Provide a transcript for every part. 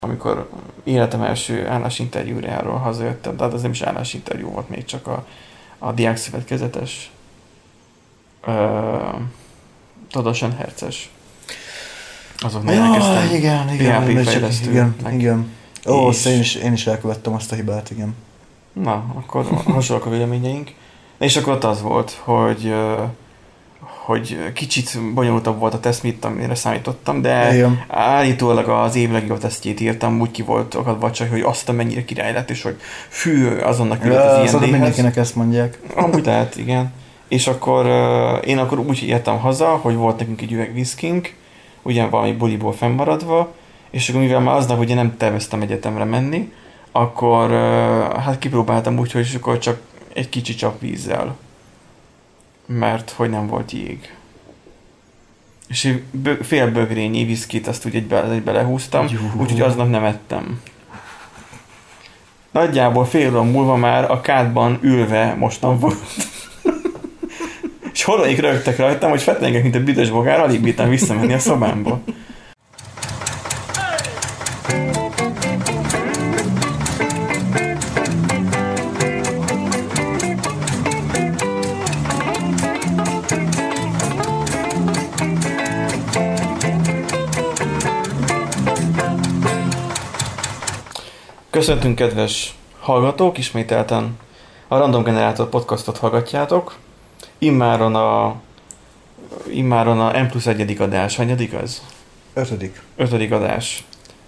amikor életem első állásinterjújáról hazajöttem, tehát az nem is állásinterjú volt, még csak a diákszövetkezetes Todosan herces. Azoknak elkezdtem igen, PHP fejlesztő. igen. Ó, én is elkövettem azt a hibát, igen. Na, akkor hasonlók a véleményeink. És akkor ott az volt, hogy kicsit bonyolultabb volt a teszt, mint amire számítottam, de Igen. állítólag az év legjobb tesztjét írtam, úgy ki volt akadva csak, hogy azt mennyire király lett, és hogy fű, azonnak ült az szóval IND-hez. mindenkinek ezt mondják. Amúgy lehet, igen. És akkor én akkor úgy értem haza, hogy volt nekünk egy üveg viszkink, ugye valami buliból fennmaradva, és akkor mivel már aznap ugye nem terveztem egyetemre menni, akkor hát kipróbáltam úgy, hogy akkor csak egy kicsi csapvízzel, mert hogy nem volt jég. És egy fél bögrényi viszkit azt úgy egybe lehúztam, úgyhogy aznap nem ettem. Nagyjából fél óra múlva már a kádban ülve mostam volt. És holonik rögtek rajtam, hogy fetlengek, mint a büdös bogár, alig bírtam visszamenni a szobámba. Köszöntünk, kedves hallgatók, ismételten a Random Generator podcastot hallgatjátok. Immáron a N+1. Adás. Hanyadik az? 5. 5. adás.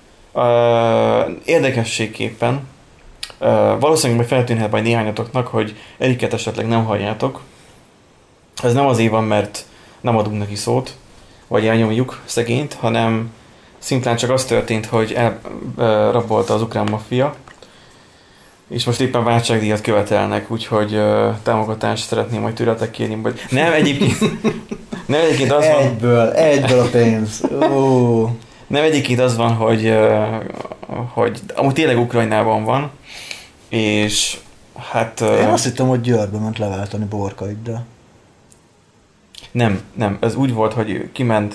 Érdekességképpen valószínűleg meg feltűnhet majd néhányatoknak, hogy Eriket esetleg nem halljátok. Ez nem azért van, mert nem adunk neki szót, vagy elnyomjuk szegényt, hanem szimplán csak az történt, hogy elrabolta az ukrán maffia, és most éppen váltságdíjat követelnek, úgyhogy támogatást szeretném majd tőletek kérni, vagy nem egyébként az van... Egyből a pénz. Nem egyébként az van, hogy amúgy tényleg Ukrajnában van, és hát... Én azt hittem, hogy Győrbe ment leváltani borkait, de... Nem, ez úgy volt, hogy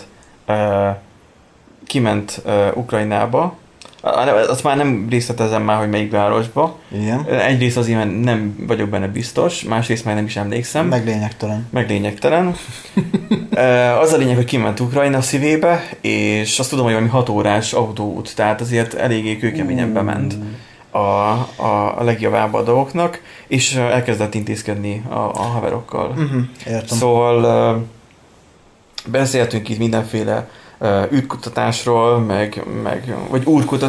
kiment Ukrajnába. Azt már nem részletezem már, hogy melyik városba. Igen. Egyrészt azért, mert nem vagyok benne biztos, másrészt már nem is emlékszem. Meglényegtelen. Az a lényeg, hogy kiment Ukrajna szívébe, és azt tudom, hogy valami 6 órás autóút, tehát azért eléggé kőkeményen bement a legjobb a dolgoknak, és elkezdett intézkedni a haverokkal. Értem. Szóval beszéltünk itt mindenféle űrkutatásról, vagy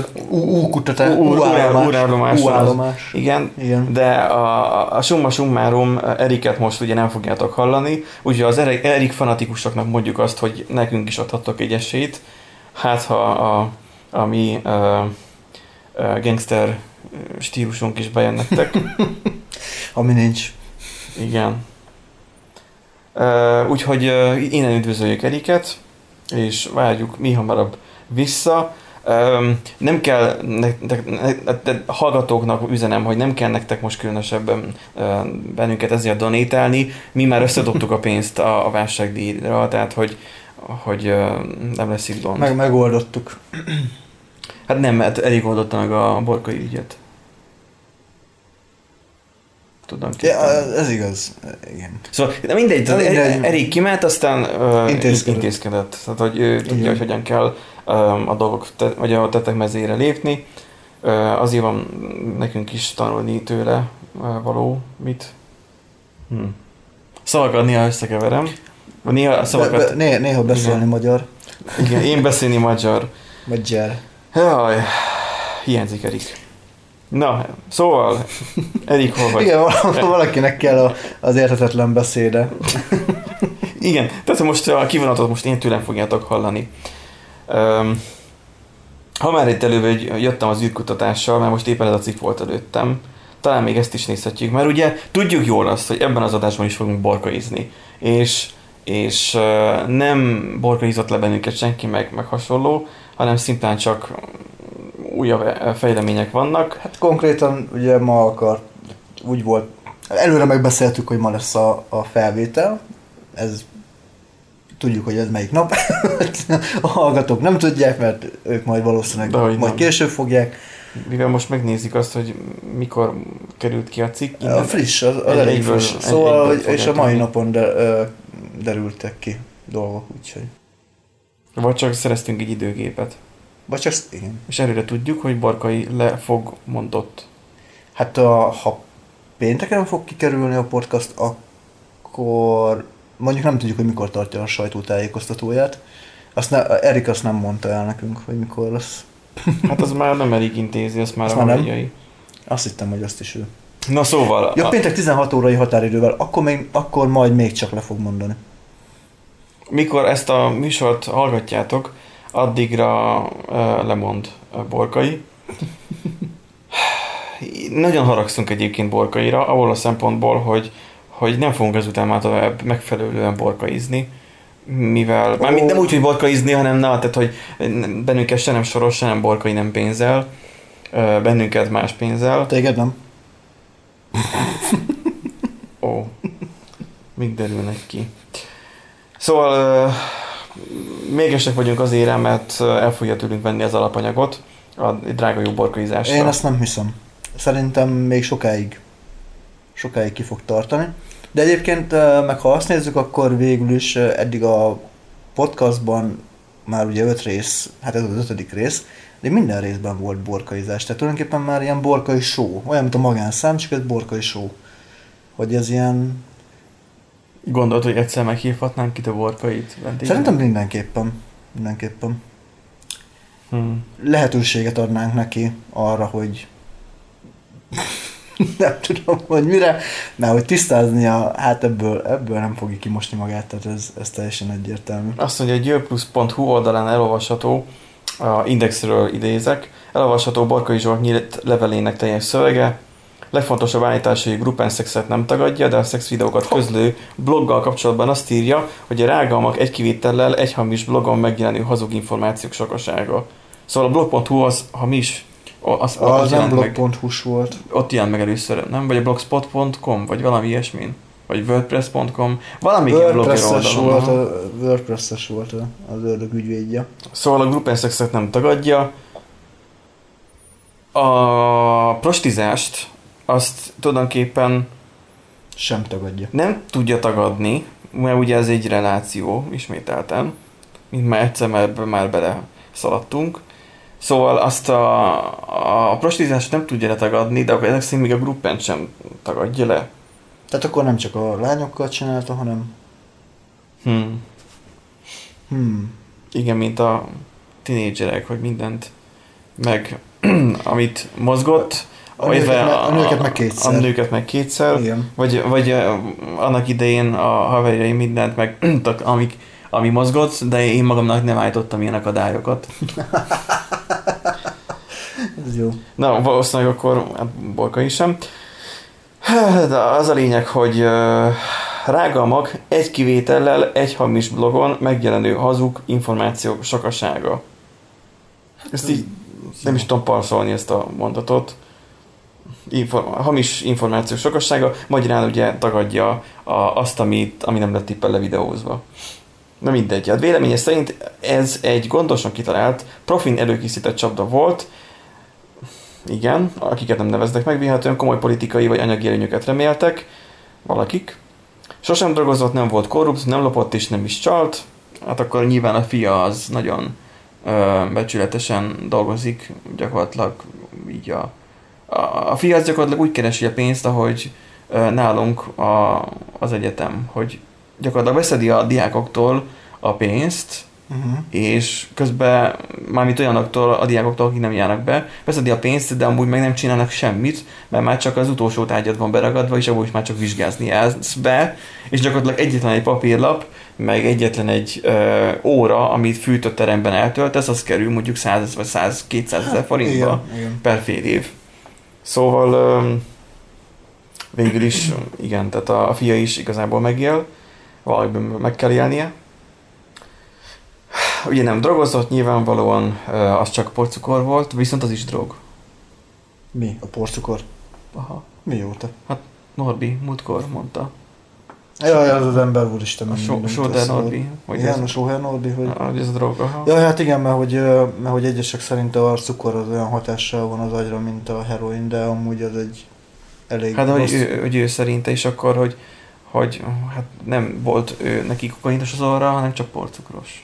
úrállomás. Igen, de a summa summarum Eriket most ugye nem fogjátok hallani, úgyhogy az Erik fanatikusoknak mondjuk azt, hogy nekünk is adhattok egy esélyt, hát ha a mi gangster stílusunk is bejön nektek. Ami nincs. Igen. Úgyhogy innen üdvözöljük Eriket, és várjuk mi hamarabb vissza. Nem kell hallgatóknak üzenem, hogy nem kell nektek most különösebben bennünket ezért donétálni. Mi már összedobtuk a pénzt a válságdíjra, tehát hogy nem lesz itt gond. Megoldottuk. Hát nem, mert elég oldotta meg a borkai ügyet. Tudom. Ja, ez igaz. Igen. Szóval mindegy, Erik kiment, aztán intézkedett. Tehát, hogy ő tudja, hogy hogyan kell a dolgok, vagy a tettek mezére lépni. Azért van nekünk is tanulni tőle való. Mit? Szavakat néha összekeverem. Néha beszélni magyar. Igen, én beszélni magyar. Jaj, hiányzik Erik. Na, szóval, Erik, hol vagy? Igen, valakinek kell az érthetetlen beszéde. Igen, tehát most a kivonatot most én tőlem fogjátok hallani. Ha már itt előbb jöttem az űrkutatással, mert most éppen ez a cikk volt előttem, talán még ezt is nézhetjük, mert ugye tudjuk jól azt, hogy ebben az adásban is fogunk borkaizni, és nem borkaizott le bennünket senki meg hasonló, hanem szimplán csak újabb fejlemények vannak. Hát konkrétan ugye úgy volt, előre megbeszéltük, hogy ma lesz a felvétel, ez tudjuk, hogy ez melyik nap. A hallgatók nem tudják, mert ők majd valószínűleg majd később fogják. Mivel most megnézik azt, hogy mikor került ki a cikk. A friss, az elég friss. Szóval, és a mai napon derültek ki dolgok, úgyhogy. Vagy csak szereztünk egy időgépet. Vagy csak, igen. És előre tudjuk, hogy Barkai le fog mondott. Hát ha pénteken fog kikerülni a podcast, akkor mondjuk nem tudjuk, hogy mikor tartja a sajtótájékoztatóját. Erik azt nem mondta el nekünk, hogy mikor lesz. Hát az már nem Erik intézi, azt már a Mariai. Azt hittem, hogy azt is ő. Na szóval... Ja, péntek 16 órai határidővel, akkor majd még csak le fog mondani. Mikor ezt a műsort hallgatjátok, addigra lemond Borkai. Nagyon haragszunk egyébként Borkaira, ahol a szempontból, hogy nem fogunk ezután már tovább megfelelően borkaizni, mivel, mármint nem úgy, hogy borkaizni, hanem tehát, hogy bennünket se nem Soros, se nem Borkai nem pénzzel, bennünket más pénzzel. Téged nem. Ó, még derülnek ki. Szóval mégesek vagyunk azért, mert el fogja tőlünk venni az alapanyagot a drága jó borkaizásra. Én ezt nem hiszem. Szerintem még sokáig ki fog tartani. De egyébként, meg ha azt nézzük, akkor végül is eddig a podcastban már ugye 5 rész, hát ez az 5. rész, de minden részben volt borkaizás. Tehát tulajdonképpen már ilyen borkai show. Olyan, mint a magánszám, csak ez borkai show. Hogy ez ilyen... Gondolod, hogy egyszer meghívhatnánk itt a Borkait? Szerintem mindenképpen. Lehetőséget adnánk neki arra, hogy nem tudom, hogy mire, mert hogy tisztáznia, hát ebből nem fogja kimosni magát, tehát ez teljesen egyértelmű. Azt mondja, hogy győrplusz.hu oldalán elolvasható, a Indexről idézek, elolvasható Borkai Zsolt nyílt levelének teljes szövege. Legfontosabb állításai Gruppen Szexet nem tagadja, de a szexvideókat közlő bloggal kapcsolatban azt írja, hogy a rágalmak egy kivétellel egy hamis blogon megjelenő hazug információk sokasága. Szóval a blog.hu az hamis. Az nem blog.hu-s volt. Ott jelent meg először, nem? Vagy a blogspot.com, vagy valami ilyesmin. Vagy wordpress.com. Valami ilyen blogger oldalon. WordPress-es volt az ördög ügyvédje. Szóval a Gruppen Szexet nem tagadja. A prostizást azt tulajdonképpen sem tagadja. Nem tudja tagadni, mert ugye ez egy reláció, ismételten, mint már egyszer már bele szaladtunk. Szóval azt a prostizást nem tudja letagadni, de akkor ezek szerint még a Gruppen sem tagadja le. Tehát akkor nem csak a lányokkal csinálta, hanem... Igen, mint a tinédzserek, hogy mindent meg, amit mozgott, a nőket meg kétszer. A nőket meg kétszer. Igen. Vagy annak idején a haverjaim mindent meg, ami mozgott, de én magamnak nem állítottam ilyen akadályokat. Ez jó. Na, valószínűleg akkor Borkai sem. De az a lényeg, hogy rágalmak egy kivétellel egy hamis blogon megjelenő hazug információk sokasága. Ezt így nem is tudom parszolni ezt a mondatot. Hamis információ sokasága, magyarán ugye tagadja azt, ami nem lett tippel levideózva. Na mindegy. Hát véleménye szerint ez egy gondosan kitalált, profin előkészített csapda volt. Igen, akiket nem neveznek meg, véletlenül komoly politikai vagy anyagi előnyöket reméltek. Valakik. Sosem drogozott, nem volt korrupt, nem lopott és nem is csalt. Hát akkor nyilván a fia az nagyon becsületesen dolgozik, gyakorlatilag így a fia az gyakorlatilag úgy keresi a pénzt, ahogy nálunk az egyetem, hogy gyakorlatilag beszedi a diákoktól a pénzt, és közben mármint olyanoktól, a diákoktól, akik nem járnak be, beszedi a pénzt, de amúgy meg nem csinálnak semmit, mert már csak az utolsó tárgyat van beragadva, és abból is már csak vizsgázni jársz be, és gyakorlatilag egyetlen egy papírlap, meg egyetlen egy óra, amit fűtőteremben eltöltesz, az kerül mondjuk 100 vagy 100-200 ezer forintba per fél év. Szóval végül is, igen, tehát a fia is igazából megél, valamiben meg kell élnie. Ugye nem drogozott, nyilvánvalóan az csak porcukor volt, viszont az is drog. Mi? A porcukor? Aha. Mióta? Hát Norbi múltkor mondta. Jaj, az ember úristen. A Soder Norbi. Igen, a Soder Norbi. Ez a drog, aha. Ja, hát igen, mert hogy egyesek szerint a cukor az olyan hatással van az agyra, mint a heroin, de amúgy az egy elég hát hogy ő szerinte is akkor, hogy hát nem volt ő neki kokainos az orra, hanem csak porcukros.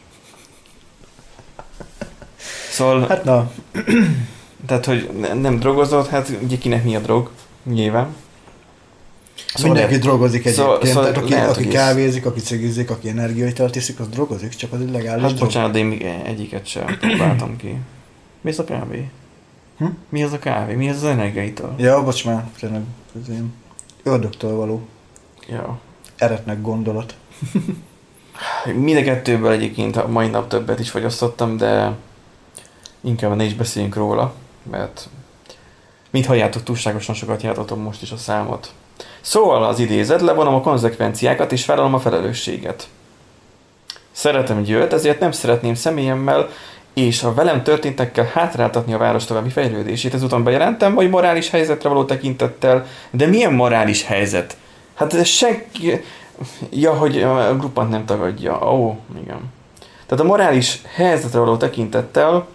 Szóval... Hát na. Tehát, hogy nem drogozott, hát ugye kinek mi a drog, nyilván. Szóval mindenki drogozik egyébként, szóval tehát aki kávézik, aki cigizik, aki energiaitalt iszik, az drogozik, csak az egy legális hát drog. bocsánat, de én még egyiket sem próbáltam ki. Mi az a kávé? Mi az a kávé? Mi az az energiaital? Ja, bocs már, tényleg, ez ilyen ördögtől való. Ja. Eretnek gondolat. Mind a kettőből egyébként a mai nap többet is fogyasztottam, de inkább ne is beszéljünk róla, mert mint halljátok, túlságosan sokat jártatom most is a számot. Szóval az idézet, levonom a konzekvenciákat és vállalom a felelősséget. Szeretem Győrt, ezért nem szeretném személyemmel és a velem történtekkel hátráltatni a város további fejlődését. Ezúton bejelentem, hogy morális helyzetre való tekintettel, de milyen morális helyzet? Hát ez senki... Ja, hogy a Gruppant nem tagadja. Ó, igen. Tehát a morális helyzetre való tekintettel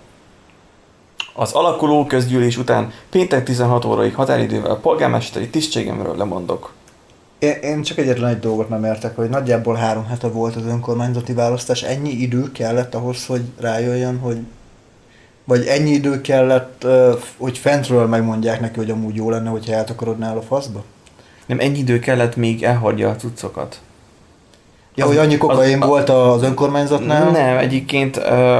az alakuló közgyűlés után péntek 16 óraig határidővel a polgármesteri tisztségemről lemondok. Én csak egyetlen egy dolgot nem értek, hogy nagyjából 3 hete volt az önkormányzati választás. Ennyi idő kellett ahhoz, hogy rájöjjön, hogy... Vagy ennyi idő kellett, hogy fentről megmondják neki, hogy amúgy jó lenne, hogyha eltakarodnál a faszba? Nem, ennyi idő kellett, még elhagyja a cuccokat. Ja, hogy annyi kokain volt az önkormányzatnál? Nem, egyébként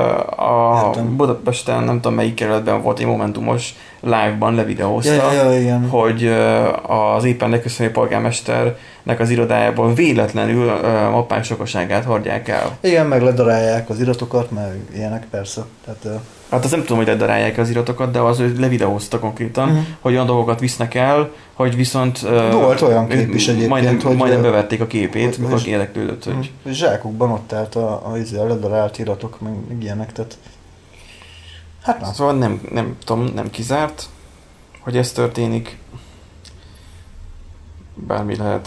a Budapesten, nem tudom melyik kerületben volt egy momentumos live-ban levideózta, hogy az éppen leköszönő polgármesternek az irodájából véletlenül mappák sokaságát hordják el. Igen, meg ledarálják az iratokat, meg ilyenek persze. Tehát, hát azt nem tudom, hogy ledarálják az iratokat, de az ő levideózta konkrétan, hogy olyan dolgokat visznek el, hogy viszont... volt olyan kép is egyébként, hogy... Majdnem bevették a képét, mikor érdeklődött, hogy... Zsákokban ott állt a ledarált iratok, meg ilyenek, tehát... Hát nem. Szóval nem tudom, nem kizárt, hogy ez történik. Bármi lehet.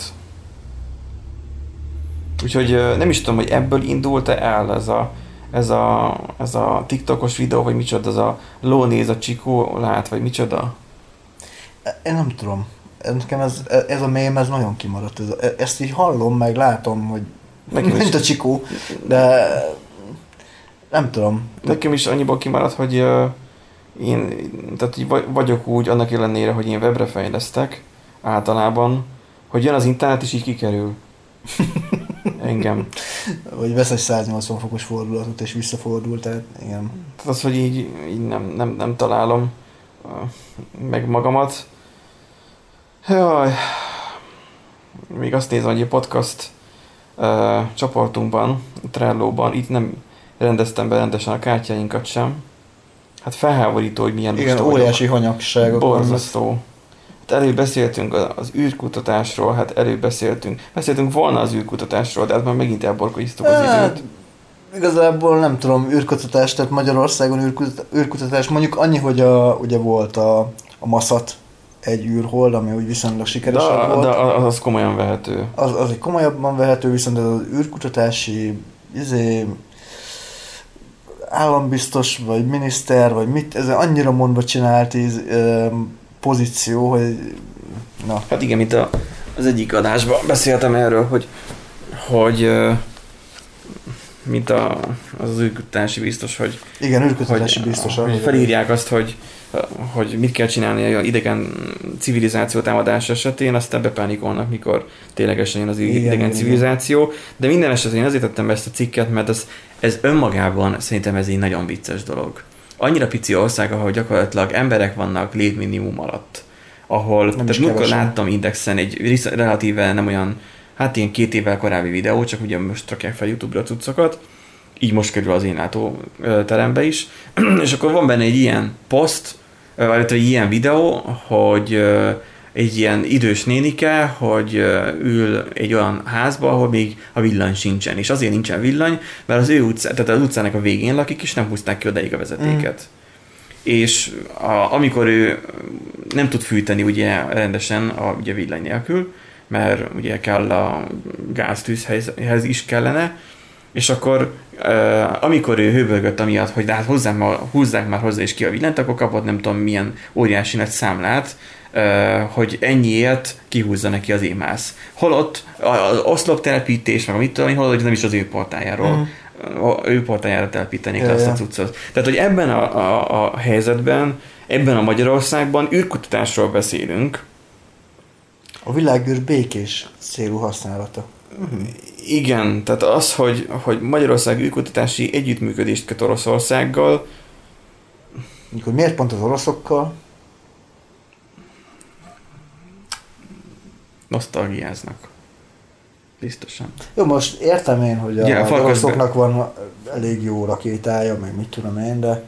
Úgyhogy nem is tudom, hogy ebből indult-e el ez a TikTokos videó, vagy micsoda, ez a lónéz a csikolát, vagy micsoda? Én nem tudom. Nekem ez a mém, ez nagyon kimaradt. Ezt így hallom, meg látom, hogy mint a csikó, de nem tudom. Nekem is annyiból kimaradt, hogy én tehát vagyok úgy, annak ellenére, hogy én webre fejlesztek általában, hogy jön az internet és így kikerül. Engem. Vagy vesz egy 180 fokos fordulatot és visszafordul, tehát igen. Tehát az, hogy így nem találom meg magamat. Jaj. Még azt nézem, hogy a podcast csoportunkban, Trello-ban, itt nem rendeztem be rendesen a kártyáinkat sem. Hát felháborító, hogy milyen igen, óriási hanyagságok. Borzasztó. Hát előbb beszéltünk az űrkutatásról, beszéltünk volna az űrkutatásról, de hát már megint elborkoiztuk az időt. Igazából nem tudom, űrkutatás, tehát Magyarországon űrkutatás, mondjuk annyi, hogy ugye volt a Maszat egy űrhold, ami úgy viszonylag sikeresebb volt. De az komolyan vehető. Az egy komolyabban vehető, viszont az űrkutatási állambiztos, vagy miniszter, vagy mit, ez annyira mondva csinált pozíció, hogy na. Hát igen, mint az egyik adásban beszéltem erről, hogy mint az űrkutatási biztos, hogy... Igen, űrkutatási biztos. Hogy felírják azt, hogy mit kell csinálni a idegen civilizáció támadás esetén, aztán bepánikolnak, mikor ténylegesen jön az idegen civilizáció. De minden esetben én azért tettem be ezt a cikket, mert ez önmagában szerintem ez egy nagyon vicces dolog. Annyira pici ország, ahol gyakorlatilag emberek vannak létminimum alatt. Ahol, tehát múltkor láttam Indexen egy relatíve nem olyan, hát ilyen 2 évvel korábbi videó, csak ugye most rakják fel YouTube-ra a cuccokat, így most kerül az én látóterembe is, és akkor van benne egy ilyen poszt, vagy egy ilyen videó, hogy egy ilyen idős nénike, hogy ül egy olyan házba, ahol még a villany sincsen, és azért nincsen villany, mert az ő tehát az utcának a végén lakik, és nem húzták ki odaig a vezetéket. És amikor ő nem tud fűteni ugye rendesen ugye villany nélkül, mert ugye kell a gáztűzhez is kellene, és akkor amikor ő hőbörgött amiatt, hogy de hát húzzák már hozzá és ki a villanyt, akkor kapott nem tudom milyen óriási nagy számlát, hogy ennyiért kihúzza neki az émász. Holott az oszloptelepítés, meg mit tudom én, holott nem is az ő portájáról. Ő portájára telepítenék le azt a cuccot. Tehát, hogy ebben a helyzetben, ebben a Magyarországban űrkutatásról beszélünk. A világűr békés célú használata. Igen, tehát az, hogy Magyarország űrkutatási együttműködést köt Oroszországgal. Mikor miért pont az oroszokkal? Nosztalgiáznak. Biztosan. Jó, most értem én, hogy az oroszoknak van elég jó rakétája, meg mit tudom én, de...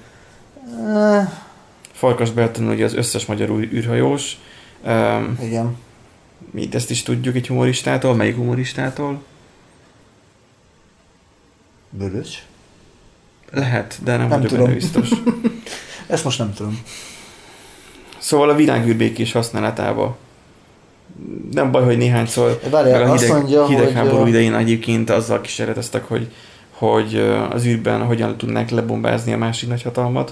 Farkas Bertalan ugye az összes magyar űrhajós. Igen. Mi ezt is tudjuk egy humoristától. Melyik humoristától? Bölös? Lehet, de nem vagyok tudom. benne biztos. Ezt most nem tudom. Szóval a világűr békés használatába. Nem baj, hogy néhányszor a hidegháború idején egyébként azzal kísérleteztek, hogy az űrben hogyan tudnák lebombázni a másik nagyhatalmat.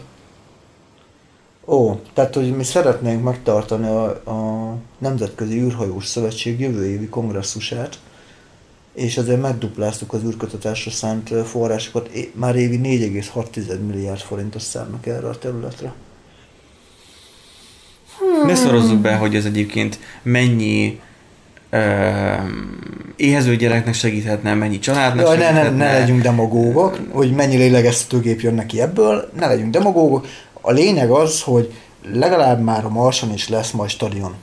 Ó, tehát, hogy mi szeretnénk megtartani a Nemzetközi űrhajós Szövetség jövő évi kongresszusát, és ezért megdupláztuk az űrkutatásra szánt forrásokat, már évi 4,6 milliárd forintot szánnak erre a területre. Ne szorozzuk be, hogy ez egyébként mennyi éhező gyereknek segíthetne, mennyi családnak segíthetne. Ne legyünk demagógok, hogy mennyi lélegeztetőgép jön neki ebből, ne legyünk demagógok. A lényeg az, hogy legalább már a Marson is lesz majd stadion.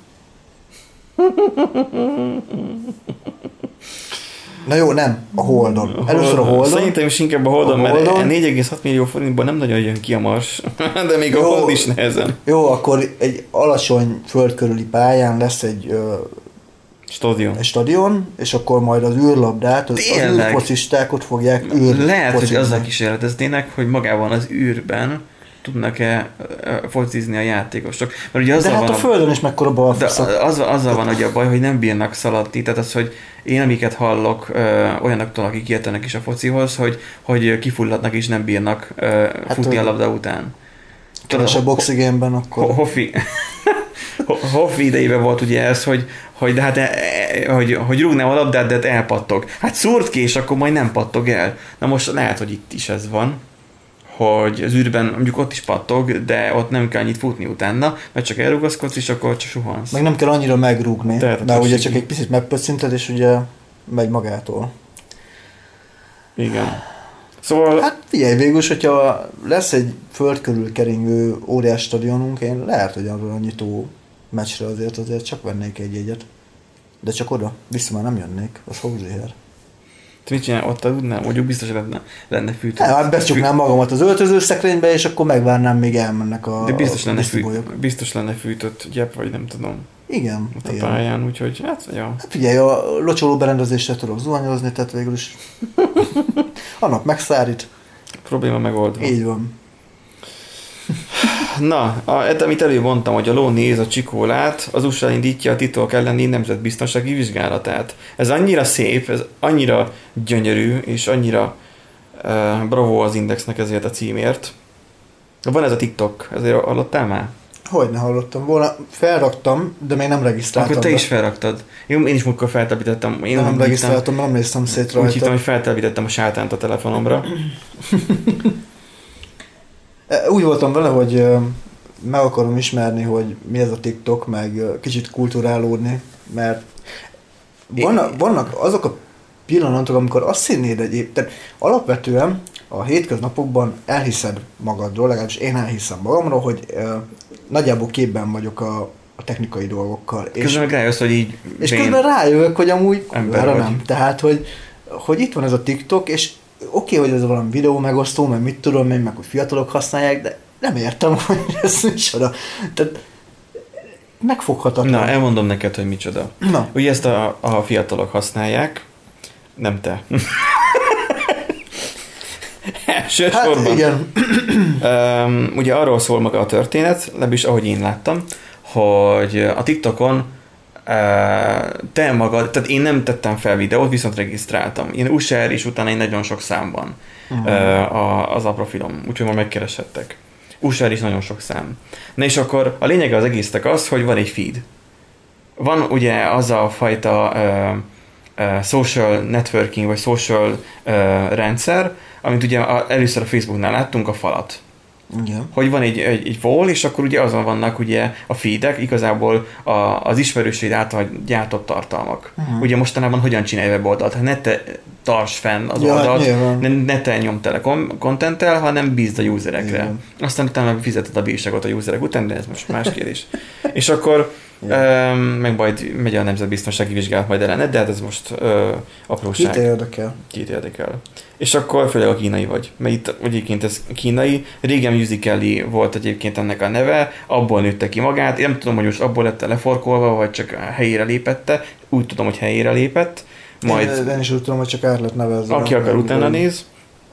Na jó, nem, a Holdon. Először a Holdon. Szerintem is inkább a Holdon, mert 4,6 millió forintból nem nagyon jön ki a Mars, de még a Hold is nehezen. Jó, akkor egy alacsony földkörüli pályán lesz egy stadion, és akkor majd az űrlabdát, az űrfocisták fogják Lehet, hogy azzal kísérleteznének, hogy magában az űrben tudnak-e focizni a játékosok. Mert ugye de hát a Földön is mekkora balfaszok. Azzal van ugye a baj, hogy nem bírnak szaladni, tehát az, hogy én amiket hallok olyanoktól, akik értenek is a focihoz, hogy kifulladnak és nem bírnak futni a labda után. Kevesebb oxigénben akkor. Hoffi idejében volt ugye ez, hogy de hát hogy rúgnám a labdát, de hát elpattog. Hát szúrt ki, és akkor majd nem pattog el. Na most lehet, hogy itt is ez van, hogy az űrben mondjuk ott is pattog, de ott nem kell annyit futni utána, mert csak elrugaszkodsz, és akkor csak suhansz. Meg nem kell annyira megrúgni, de ugye csak egy picit megpöccinted, és ugye megy magától. Igen. Szóval... Hát figyelj, végül, hogyha lesz egy föld körül keringő óriás stadionunk, én lehet, hogy arra a nyitó meccsre azért csak vennék egy jegyet. De csak oda, vissza már nem jönnék, az Hogziher. Te mit csinál ott aludnál? Mondjuk biztos lenne fűtött. Hát becsuknám magamat az öltözőszekrénybe, és akkor megvárnám, míg elmennek a de biztos lenne fűtött gyep, vagy nem tudom. Igen. Ott a pályán, úgyhogy hát, ja. Hát figyelj, a locsoló berendezésre tudok zuhanyozni, tehát végül is a nap megszárít. Probléma megoldva. Így van. Na, amit előbb mondtam, hogy a ló néz a csikólát, az USA indítja a titok elleni nemzetbiztonsági vizsgálatát. Ez annyira szép, ez annyira gyönyörű, és annyira bravo az Indexnek ezért a címért. Van ez a TikTok, ezért hallottál már? Hogyne hallottam volna. Felraktam, de még nem regisztráltam. Akkor te is felraktad. Én is múltkor feltelepítettem. Én nem regisztráltam, nem néztem szét rajta. Úgy hittem, hogy feltelepítettem a sátánt a telefonomra. Úgy voltam vele, hogy meg akarom ismerni, hogy mi ez a TikTok, meg kicsit kulturálódni, mert vannak azok a pillanatok, amikor azt hinnéd tehát alapvetően a hétköznapokban elhiszed magadról, legalábbis én elhiszem magamról, hogy nagyjából képben vagyok a technikai dolgokkal. Közben meg rájössz, hogy így... És közben rájövök, hogy amúgy nem. Tehát, hogy itt van ez a TikTok, és oké, hogy ez valami videó megosztó, meg mit tudom én, meg hogy fiatalok használják, de nem értem, hogy ez micsoda. Tehát megfoghatatlan. Na, elmondom neked, hogy micsoda. Na. Ugye ezt a fiatalok használják, nem te. Elsősorban. Hát igen. Ugye arról szól maga a történet, legalábbis ahogy én láttam, hogy a TikTokon te magad, tehát én nem tettem fel videót, viszont regisztráltam. Én user, és utána én nagyon sok számban az a profilom, úgyhogy már megkereshettek. User is nagyon sok szám. Na és akkor a lényeg az egésznek az, hogy van egy feed. Van ugye az a fajta social networking, vagy social rendszer, amit ugye először a Facebooknál láttunk, a falat. Igen. Hogy van egy wall, és akkor ugye azon vannak ugye a feedek, igazából az ismerőség által gyártott tartalmak. Ugye mostanában hogyan csinálj weboldalt? Hát ne te tarts fenn az oldalt, ne te nyomd tele contenttel, hanem bízd a userekre. Igen. Aztán utána fizeted a bírságot a userek után, de ez most más kérdés. És akkor meg majd megy a nemzetbiztonsági vizsgálat majd ellened, de hát ez most apróság. Kit érdekel. És akkor főleg a kínai vagy. Mert itt egyébként ez kínai, régen Musical.ly volt egyébként ennek a neve, abból nőtte ki magát. Én nem tudom, hogy most abból lett leforkolva, vagy csak helyére lépette. Úgy tudom, hogy helyére lépett. Majd én is úgy tudom, hogy csak át lett nevezve. Aki akar, utána néz.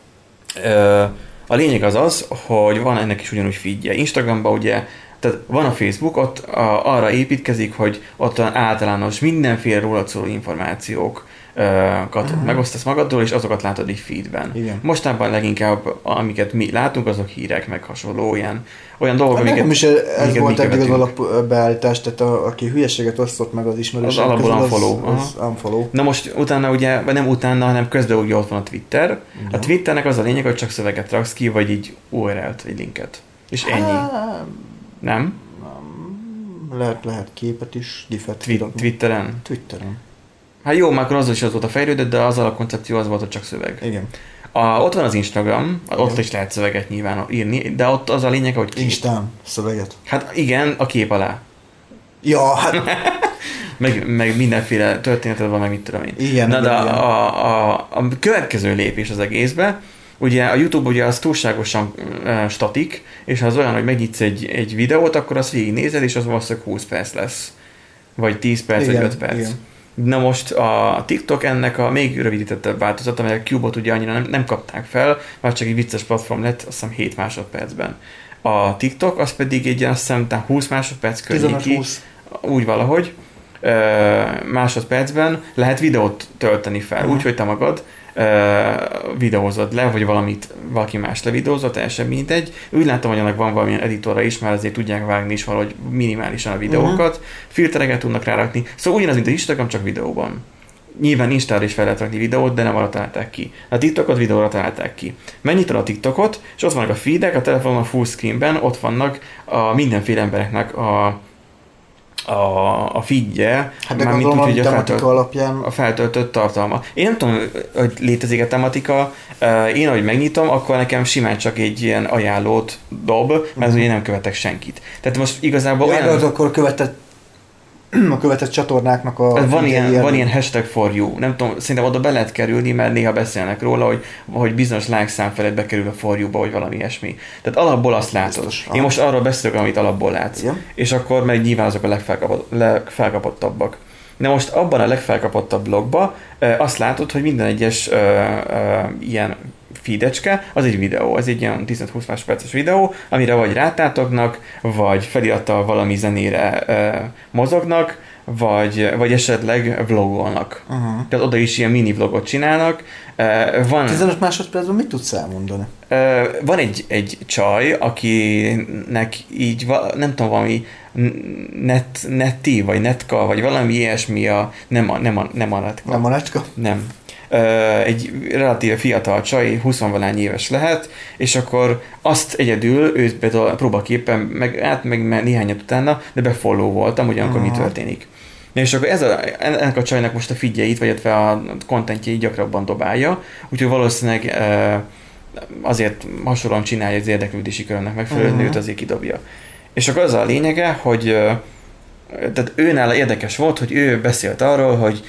A lényeg az, hogy van ennek is ugyanúgy feedje. Instagramban ugye, tehát van a Facebook, ott arra építkezik, hogy ott általános mindenféle rólad szóló információkat megosztasz magadról, és azokat látod egy feedben. Igen. Mostában leginkább, amiket mi látunk, azok hírek, meg hasonló olyan dolgok, amiket nekem is ez volt eddig az alapbeállítás, tehát aki hülyeséget osztott meg az ismerőség. Az alapból unfollow. Na most utána ugye, vagy nem utána, hanem közben ugye ott van a Twitter. Igen. A Twitternek az a lényeg, hogy csak szöveget raksz ki, vagy így URL-t, egy linket. És ennyi. Nem? Lehet képet is, gifet. Twitteren? Twitteren. Hát jó, már akkor az is az volt a fejlődött, de az alapkoncepció az volt, hogy csak szöveg. Igen. Ott van az Instagram, ott is lehet szöveget nyilván írni, de ott az a lényeg, hogy kép. Instán szöveget. Hát igen, a kép alá. Ja, hát... meg mindenféle történeted van, meg mit tudom én. Igen, na, igen, de a következő lépés az egészbe, ugye a YouTube ugye az túlságosan statik, és ha az olyan, hogy megnyitsz egy videót, akkor azt végignézed, és az valószínűleg 20 perc lesz. Vagy 10 perc, igen, vagy 5 perc. Igen. Na most a TikTok ennek a még rövidítettebb változat, amely a Cube-ot ugye annyira nem kapták fel, mert csak egy vicces platform lett, azt hiszem 7 másodpercben. A TikTok az pedig egy azt hiszem 20 másodperc környéki, úgy valahogy, másodpercben lehet videót tölteni fel, úgyhogy te magad videózod le, vagy valaki más levideózott, teljesen mindegy. Úgy látom, hogy annak van valamilyen editorra is, már azért tudják vágni is valahogy minimálisan a videókat, filtereket tudnak rárakni, szóval ugyanaz, mint az Instagram, csak videóban. Nyilván Instára is fel lehet rakni videót, de nem arra találták ki. A TikTokot videóra találták ki. Megnyitod a TikTokot, és ott vannak a feedek, a telefonon a full screenben, ott vannak a mindenféle embereknek a feedje, hát már mint úgy, a feltöltött tartalma. Én nem tudom, hogy létezik a tematika, én ahogy megnyitom, akkor nekem simán csak egy ilyen ajánlót dob, mert ugye nem követek senkit. Tehát most igazából olyan... Ja, akkor a követett csatornáknak a... Van ilyen hashtag for you. Nem tudom, szerintem oda be lehet kerülni, mert néha beszélnek róla, hogy bizonyos lájkszám felett bekerül a for you-ba, vagy valami ilyesmi. Tehát alapból azt látod. Biztos, én most arról beszélek, amit alapból látsz. Igen. És akkor meg nyilván azok a legfelkapottabbak. Na most abban a legfelkapottabb blogban azt látod, hogy minden egyes ilyen feedecske, az egy videó, ez egy ilyen 10-20 másodperces videó, amire vagy rátátognak, vagy felirattal valami zenére mozognak, vagy esetleg vlogolnak. Tehát oda is ilyen mini vlogot csinálnak. 15 másodpercben mit tudsz elmondani? Van egy csaj, akinek így, nem tudom, valami netti, vagy netka, vagy valami ilyesmi nem a netka. Nem a netka? Nem. Egy relatíve fiatal csaj, 20-valány éves lehet, és akkor azt egyedül, őt próbaképpen, meg néhányat utána, de befolló voltam, ugyanakkor mi történik. És akkor ennek a csajnak most a figyeit, vagy a contentjeit gyakrabban dobálja, úgyhogy valószínűleg azért hasonlóan csinálja az érdeklődési körömnek megfelelő nőt, azért kidobja. És akkor az a lényege, hogy tehát őnála érdekes volt, hogy ő beszélt arról, hogy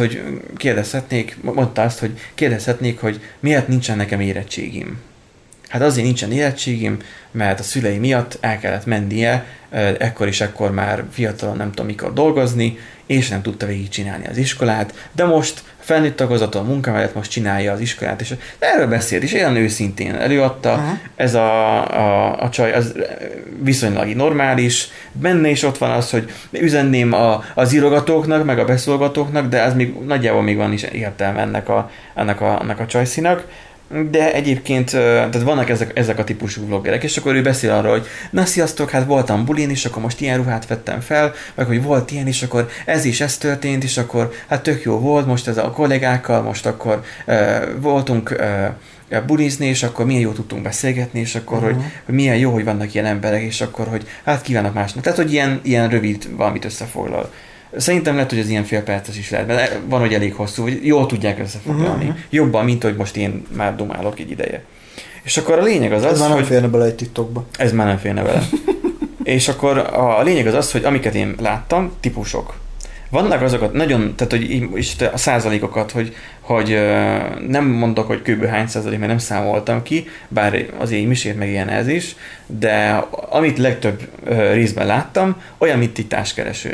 mondta azt, hogy kérdezhetnék, hogy miért nincsen nekem érettségim. hát azért nincsen érettségim, mert a szülei miatt el kellett mennie ekkor és ekkor már fiatalon nem tudom mikor dolgozni, és nem tudta végigcsinálni az iskolát, de most felnőtt tagozaton a munka mellett most csinálja az iskolát, és erről beszélt, és olyan őszintén előadta, ez a csaj az viszonylag normális, benne is ott van az, hogy üzenném az írogatóknak, meg a beszolgatóknak, de ez még nagyjából még van is értelme ennek a csajszínak. De egyébként, tehát vannak ezek a típusú vloggerek, és akkor ő beszél arról, hogy na sziasztok, hát voltam bulin, és akkor most ilyen ruhát vettem fel, meg hogy volt ilyen, és akkor ez is ez történt, és akkor hát tök jó volt most ez a kollégákkal, most akkor voltunk bulizni, és akkor milyen jó tudtunk beszélgetni, és akkor, hogy milyen jó, hogy vannak ilyen emberek, és akkor, hogy hát kívánok másnak. Tehát, hogy ilyen rövid valamit összefoglal. Szerintem lehet, hogy az ilyen fél perces is lehet, mert van, hogy elég hosszú, hogy jól tudják összefoglalni. Jobban, mint hogy most én már dumálok egy ideje. És akkor a lényeg az ez az, már nem férne bele egy TikTokba. Ez már nem férne bele. És akkor a lényeg az az, hogy amiket én láttam, típusok. Vannak azokat nagyon, tehát hogy és a százalékokat, hogy nem mondok, hogy kb. Hány százalék, mert nem számoltam ki, bár azért misért meg ilyen ez is, de amit legtöbb részben láttam, olyan, mint egy társkereső.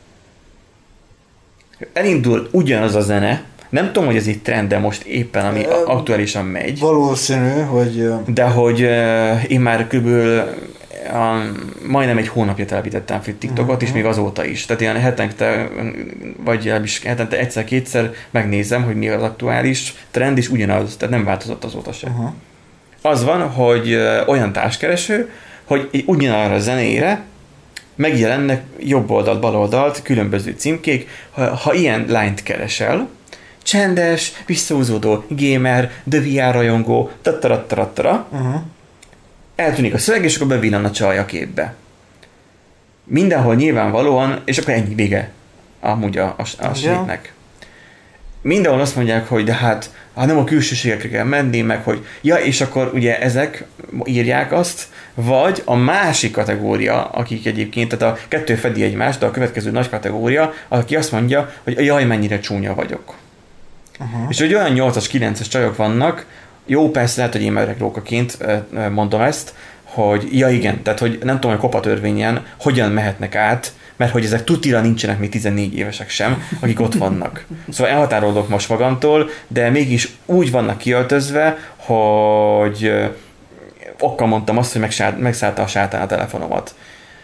Elindul ugyanaz a zene, nem tudom, hogy ez itt trend, de most éppen, ami aktuálisan megy. Valószínű, hogy... De hogy én már körülbelül majdnem egy hónapja telepítettem fel TikTokot, és még azóta is. Tehát ilyen hetente, vagy hetente egyszer-kétszer megnézem, hogy mi az aktuális trend, és ugyanaz, tehát nem változott azóta sem. Az van, hogy olyan társkereső, hogy ugyanarra a zenére megjelennek jobb oldalt, bal oldalt különböző címkék, ha ilyen lányt keresel, csendes, visszahúzódó, gamer, de VR rajongó, tattarattarattara, eltűnik a szöveg, és akkor bevillan a csaj a képbe. Mindenhol nyilvánvalóan, és akkor ennyi vége amúgy a sétnek. Mindenhol azt mondják, hogy de hát nem a külsőségekre kell menni, meg hogy ja, és akkor ugye ezek írják azt, vagy a másik kategória, akik egyébként, tehát a kettő fedi egymást, de a következő nagy kategória, aki azt mondja, hogy jaj, mennyire csúnya vagyok. És hogy olyan 8-as, 9-es csajok vannak, jó, persze lehet, hogy én merek rókaként mondom ezt, hogy ja igen, tehát hogy nem tudom, hogy kopatörvényen hogyan mehetnek át, mert hogy ezek tutira nincsenek még 14 évesek sem, akik ott vannak. Szóval elhatárolok most magamtól, de mégis úgy vannak kiöltözve, hogy okkal mondtam azt, hogy megszállta a sátán a telefonomat.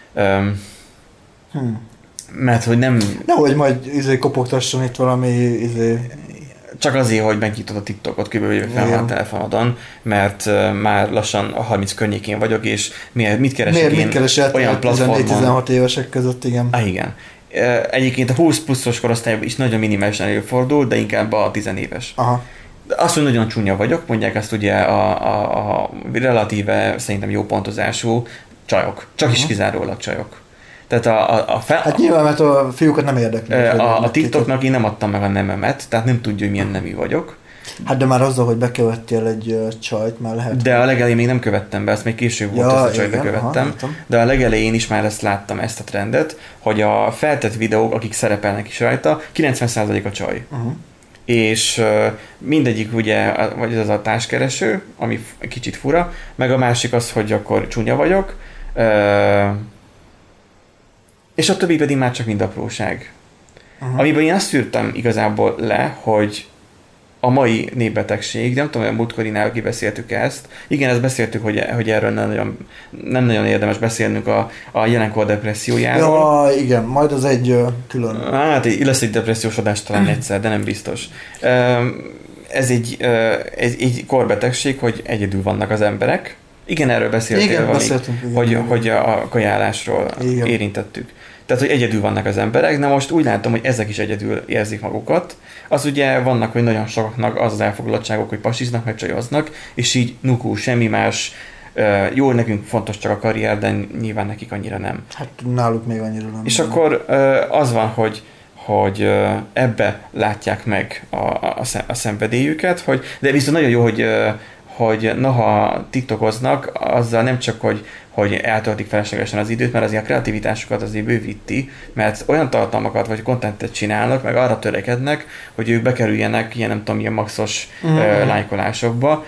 Mert hogy nem... Nehogy majd kopogtasson itt valami Csak azért, hogy megnyitod a TikTokot, kb. Fel van a telefonodon, mert már lassan a 30 környékén vagyok, és mit keresek én olyan platformon... 14-16 évesek között, igen. Igen. Egyébként a 20 pluszos korosztályban is nagyon minimálisan előfordul, de inkább a 10 éves. De azt, hogy nagyon csúnya vagyok, mondják ezt ugye a relatíve szerintem jó pontozású csajok. Csak is kizárólag csajok. Tehát hát nyilván, mert a fiúkat nem érdekli. A TikToknak én nem adtam meg a nememet, tehát nem tudja, hogy milyen nemű vagyok. Hát de már azzal, hogy bekövettél egy csajt, már lehet. De a legelején még nem követtem be, ezt még később volt, ezt a csajt bekövettem. De a legelején is már ezt láttam, ezt a trendet, hogy a feltett videók, akik szerepelnek is rajta, 90% a csaj. És mindegyik ugye, vagy ez a társkereső, ami kicsit fura, meg a másik az, hogy akkor csúnya vagyok, és a többi pedig már csak mind apróság. Amiben én azt szűrtem igazából le, hogy a mai népbetegség, nem tudom, hogy a múltkorinál kibeszéltük ezt. Igen, ezt beszéltük, hogy erről nem nagyon érdemes beszélnünk a jelenkor depressziójáról. Ja, igen, majd az egy külön. Hát lesz egy depressziós adás talán egyszer, de nem biztos. Ez egy korbetegség, hogy egyedül vannak az emberek. Igen, erről beszéltél, hogy a kajálásról érintettük. Tehát, hogy egyedül vannak az emberek, de most úgy látom, hogy ezek is egyedül érzik magukat. Az ugye vannak, hogy nagyon sokaknak az az elfoglaltságok, hogy pasiznak, meg csajoznak, és így nukú, semmi más. Jó, nekünk fontos csak a karrier, de nyilván nekik annyira nem. Hát náluk még annyira nem. És akkor az van, hogy ebbe látják meg a szenvedélyüket, de viszont nagyon jó, hogy noha tiktokoznak, azzal nem csak, hogy eltöltik feleslegesen az időt, mert azért a kreativitásukat azért bővíti, mert olyan tartalmakat vagy kontentet csinálnak, meg arra törekednek, hogy ők bekerüljenek ilyen nem tudom, ilyen maxos lájkolásokba,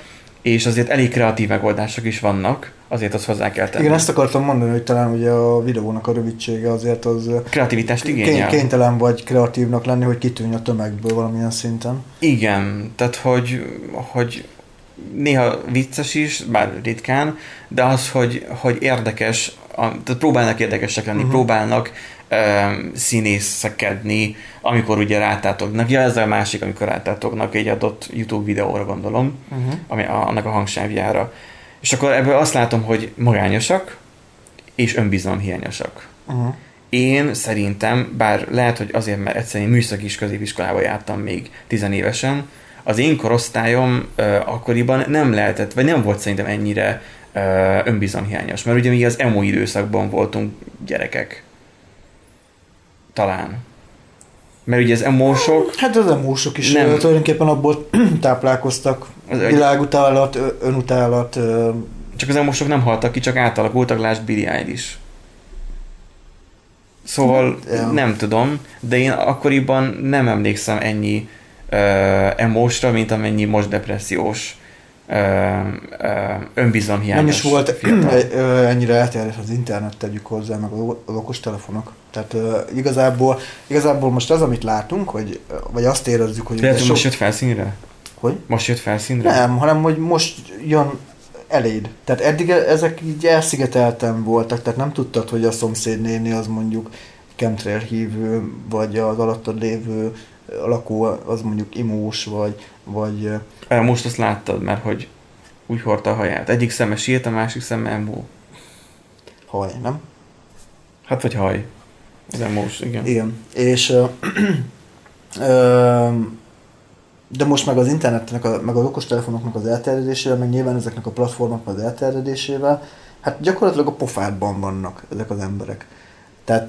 és azért elég kreatív megoldások is vannak, azért azt hozzá kell tenni. Igen, ezt akartam mondani, hogy talán ugye a videónak a rövidsége azért az kreativitást igényel. Kénytelen vagy kreatívnak lenni, hogy kitűnj a tömegből valamilyen szinten. Igen, tehát hogy néha vicces is, bár ritkán, de az, hogy érdekes, tehát próbálnak érdekesek lenni, próbálnak színészekedni, amikor ugye rátátognak. Ja, ez a másik, amikor rátátognak egy adott YouTube videóra, gondolom, ami annak a hangsávjára. És akkor ebből azt látom, hogy magányosak és önbizalomhiányosak. Én szerintem, bár lehet, hogy azért, mert egyszerűen műszaki középiskolába jártam még 10 évesen, az én korosztályom akkoriban nem lehetett, vagy nem volt szerintem ennyire önbizalomhiányos, mert ugye mi az emo időszakban voltunk gyerekek. Talán. Mert ugye az emósok... Hát az emósok is tulajdonképpen abból táplálkoztak. Világutálat, önutálat. Csak az emósok nem haltak ki, csak átalakultak, lásd Billie Eilish. Szóval nem tudom, de én akkoriban nem emlékszem ennyi emósra, mint amennyi most depressziós, önbizalomhiányos. Nem is volt ennyire elterjedt az internet, tegyük hozzá, meg az okostelefonok. Tehát igazából most az, amit látunk, vagy azt érezzük, hogy... Lehet, hogy most jött felszínre? Hogy? Most jött felszínre? Nem, hanem hogy most jön eléd. Tehát eddig ezek így elszigetelten voltak, tehát nem tudtad, hogy a szomszédnéni az mondjuk chemtrail hívő, vagy az alattad lévő lakó az mondjuk imós, vagy... Most azt láttad, mert hogy úgy hordta a haját. Egyik szeme sírt, a másik szeme embó. Haj, nem? Hát vagy haj. Az embós, igen. Igen. És de most meg az internetnek, meg az okostelefonoknak az elterjedésével, meg nyilván ezeknek a platformoknak az elterjedésével, hát gyakorlatilag a pofádban vannak ezek az emberek. Tehát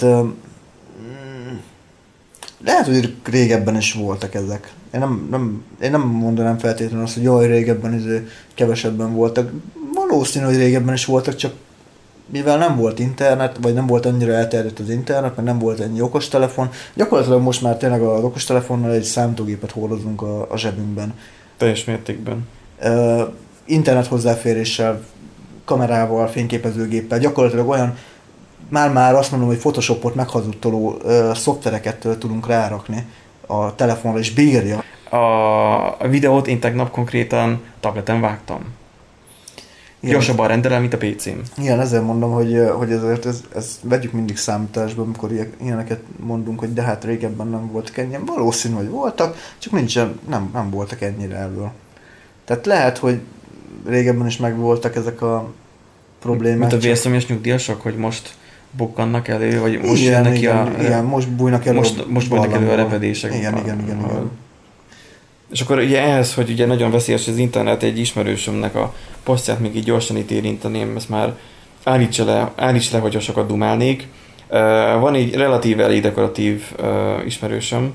lehet, hogy régebben is voltak ezek. Én nem mondanám feltétlenül azt, hogy jaj, régebben kevesebben voltak. Valószínű, hogy régebben is voltak, csak mivel nem volt internet, vagy nem volt annyira elterjedt az internet, meg nem volt ennyi okostelefon, gyakorlatilag most már tényleg az okostelefonnal egy számítógépet hordozunk a zsebünkben. Teljes mértékben. Internet hozzáféréssel, kamerával, fényképezőgéppel, gyakorlatilag olyan, már azt mondom, hogy Photoshopot meghazudtoló szoftvereket tudunk rárakni a telefonra, és bírja. A videót én tegnap konkrétan tableten vágtam. Gyorsabban rendelem, mint a PC-m. Igen, ezzel mondom, hogy ezért ez vegyük mindig számításba, amikor ilyeneket mondunk, hogy de hát régebben nem voltak ennyien. Valószínű, hogy voltak, csak nem voltak ennyire elől. Tehát lehet, hogy régebben is megvoltak ezek a problémák. Mint a vérszomjas nyugdíjasok, hogy most bukkannak elő, vagy most jönnek ki igen, most bújnak elő most bújnak elő a repedések. Igen. És akkor ugye ehhez, hogy ugye nagyon veszélyes az internet, egy ismerősömnek a posztját még így gyorsan itt érinteném, ezt már állíts le, hogyha sokat dumálnék. Van egy relatív elég dekoratív ismerősöm,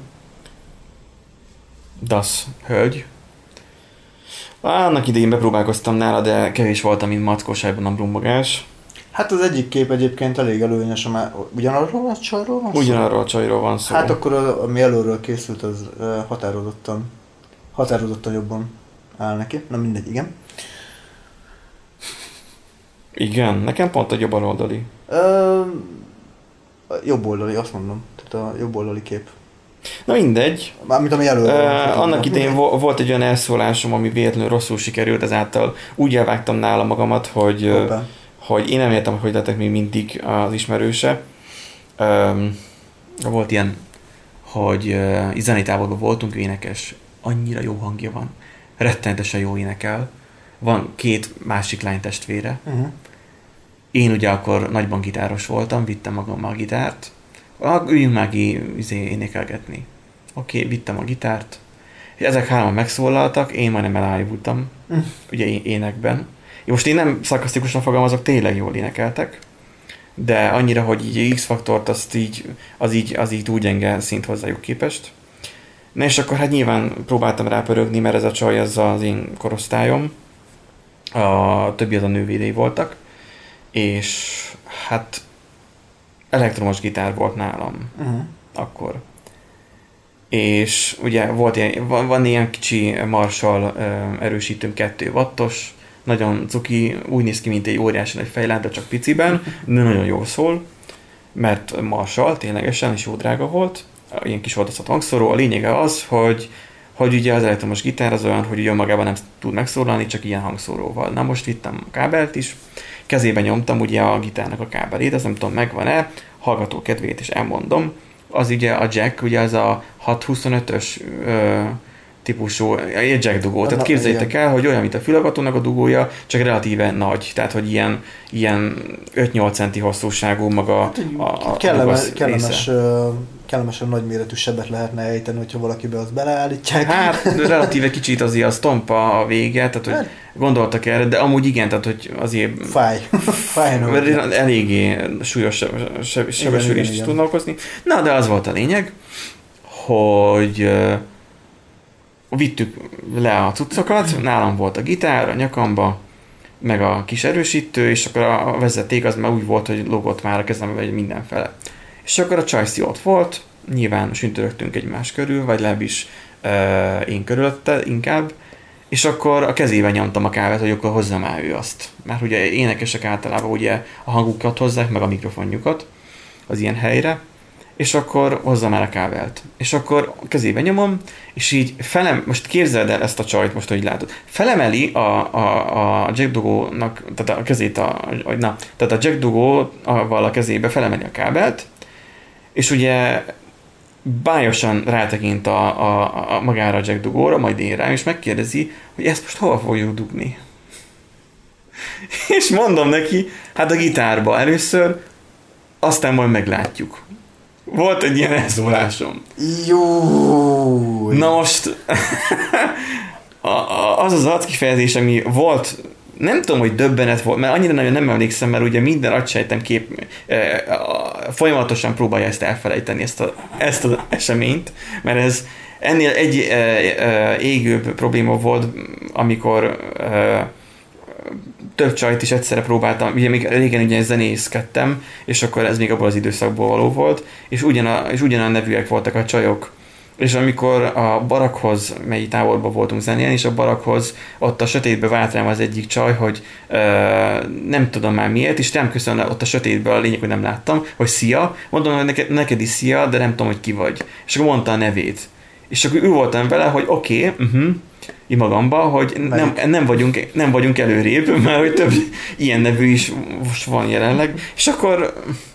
Dasz hölgy. Annak idején bepróbálkoztam nála, de kevés voltam, mint mackos ebben a brummogás. Hát az egyik kép egyébként elég előnyös, ugyanarról a csajról van szó? Ugyanarról a csajról van szó. Hát akkor ami előről készült, az határozottan jobban áll neki. Na mindegy, igen. Igen, nekem pont a jobb oldali. Jobb oldali, azt mondom. Tehát a jobb oldali kép. Na mindegy. Mármint ami előről. Annak idején volt egy olyan elszólásom, ami véletlenül rosszul sikerült, ezáltal úgy elvágtam nála magamat, hogy én nem értem, hogy lettek még mindig az ismerőse. Volt ilyen, hogy zenétáborban voltunk, énekes, annyira jó hangja van, rettenetesen jó énekel, van 2 másik lány testvére. Én ugye akkor nagyban gitáros voltam, vittem magammal a gitárt, üljünk már ki énekelgetni. Oké, vittem a gitárt, és ezek 3 megszólaltak, én majdnem elájultam, ugye énekben. Most én nem szarkasztikusan fogalmazok, tényleg jól énekeltek, de annyira, hogy így X-faktort az így túl gyenge szint hozzájuk képest. Na és akkor hát nyilván próbáltam rápörögni, mert ez a csaj az az én korosztályom, a többi az a nővérei voltak, és hát elektromos gitár volt nálam akkor. és ugye van ilyen kicsi Marshall erősítőm 2 wattos, nagyon cuki, úgy néz ki, mint egy óriási nagy fejlát, de csak piciben, de nagyon jól szól, mert Marshall ténylegesen is jó drága volt, ilyen kis hordozható hangszóró. A lényege az, hogy ugye az elektromos gitár az olyan, hogy ugye magában nem tud megszólalni, csak ilyen hangszóróval. Na most vittem a kábelt is, kezébe nyomtam ugye a gitárnak a kábelét, ez nem tudom megvan-e, hallgató kedvéért is elmondom. Az ugye a jack, ugye az a 625-ös típusú egy jack dugó. Tehát képzeljétek el, hogy olyan, mint a fülhallgatónak a dugója, csak relatíve nagy. Tehát, hogy ilyen 5-8 centi hosszúságú maga a kellemesen nagyméretű sebet lehetne ejteni, hogyha valakibe azt beleállítják. Hát, relatíve kicsit azért az tompa a vége, tehát hogy gondoltak erre, de amúgy igen, tehát hogy azért eléggé súlyos sebesülést is tudna okozni. Na, de az volt a lényeg, hogy vittük le a cuccokat, nálam volt a gitár a nyakamba, meg a kis erősítő, és akkor a vezeték az már úgy volt, hogy lógott már a kezembe vagy mindenfele. És akkor a csajszi ott volt, nyilván süntörögtünk egymás körül, vagy legalábbis én körülötte inkább, és akkor a kezébe nyomtam a kávét, hogy akkor hozza már ő azt. Mert ugye énekesek általában ugye a hangukat hozzák, meg a mikrofonjukat az ilyen helyre, és akkor hozza már a kábelt. És akkor kezébe nyomom, és így most képzeld el ezt a csajt, most, hogy látod. Felemeli a Jack Dugónak, tehát a kezét, tehát a Jack Dugóval a kezébe felemeli a kábelt, és ugye bájosan rátekint a magára a Jack Dugóra, majd én rám, és megkérdezi, hogy ezt most hova fogjuk dugni. És mondom neki, hát a gitárba először, aztán majd meglátjuk. Volt egy ilyen elszólásom. Jó. Na most az arckifejezés, ami volt, nem tudom, hogy döbbenet volt, mert annyira nagyon nem emlékszem, mert ugye minden agysejtem folyamatosan próbálja ezt elfelejteni, ezt az eseményt, mert ez ennél egy égőbb probléma volt, amikor több csajt is egyszerre próbáltam, ugye még régen ugye zenészkedtem, és akkor ez még abból az időszakból való volt, és ugyanolyan nevűek voltak a csajok. És amikor a barakhoz, mely távolban voltunk zenélni, és a barakhoz ott a sötétbe vált rám az egyik csaj, hogy nem tudom már miért, és nem köszönöm ott a sötétben, a lényeg, hogy nem láttam, hogy szia, mondom, hogy neked is szia, de nem tudom, hogy ki vagy. És akkor mondta a nevét. És akkor ő voltam vele, hogy oké, így magamba, hogy nem vagyunk előrébb, mert hogy több ilyen nevű is most van jelenleg. És akkor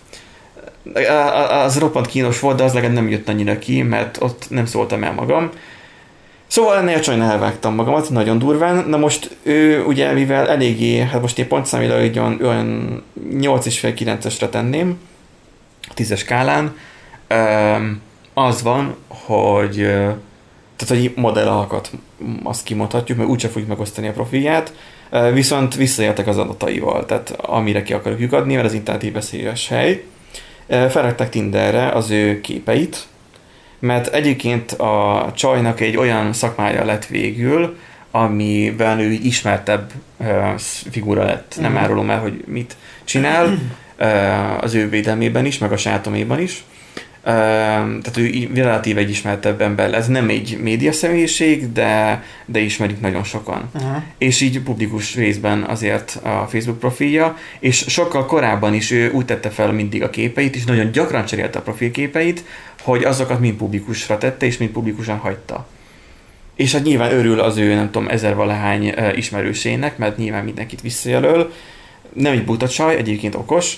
az roppant kínos volt, de az legalább nem jött annyira ki, mert ott nem szóltam el magam. Szóval ennél a csajnál elvágtam magamat, nagyon durván. Na most ő ugye, mivel eléggé, hát most én pontszámilag olyan 8,5-9-esre tenném, a 10-es skálán, az van, hogy tehát, hogy modellalakat azt kimondhatjuk, mert úgyse fogjuk megosztani a profilját, viszont visszaéltek az adataival, tehát amire ki akarjuk lyukadni, mert az internet veszélyes hely. Felrakták Tinderre az ő képeit, mert egyébként a csajnak egy olyan szakmája lett végül, amiben ő ismertebb figura lett. Nem árulom el, hogy mit csinál, az ő védelmében is, meg a sátoméban is. Tehát ő relatív egy ismertebb ember. Ez nem egy média személyiség, de ismerik nagyon sokan. Uh-huh. És így publikus részben azért a Facebook profilja, és sokkal korábban is ő úgy tette fel mindig a képeit, és nagyon gyakran cserélte a profilképeit, hogy azokat mind publikusra tette, és mind publikusan hagyta. És hát nyilván örül az ő, nem tudom, 1000-valahány ismerősének, mert nyilván mindenkit visszajelöl. Nem egy buta csaj, egyébként okos,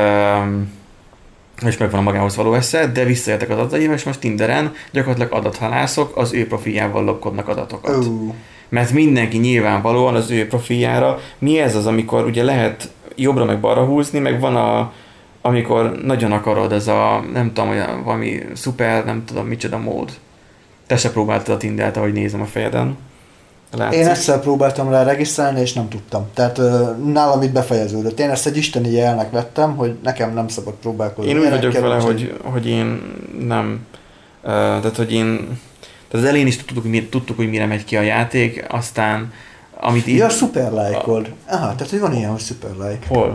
és megvan a magához való esze, de visszaéltek az adataival, és most Tinderen gyakorlatilag adathalászok az ő profiljával lopkodnak adatokat. Mert mindenki nyilvánvalóan az ő profiljára, mi ez az, amikor ugye lehet jobbra meg balra húzni, meg van amikor nagyon akarod, ez a, nem tudom, olyan valami szuper, nem tudom micsoda mód. Te se próbáltad a Tindert, ahogy nézem a fejeden. Látszik. Én egyszer próbáltam rá regisztrálni, és nem tudtam. Tehát nálam itt befejeződött. Én ezt egy isteni jelnek vettem, hogy nekem nem szabad próbálkozni. Én úgy vagyok vele, hogy én nem... Tehát az elején is tudtuk, hogy mire megy ki a játék, aztán... Amit ja, super like-old. Aha, tehát hogy van ilyen, hogy super like. Hol?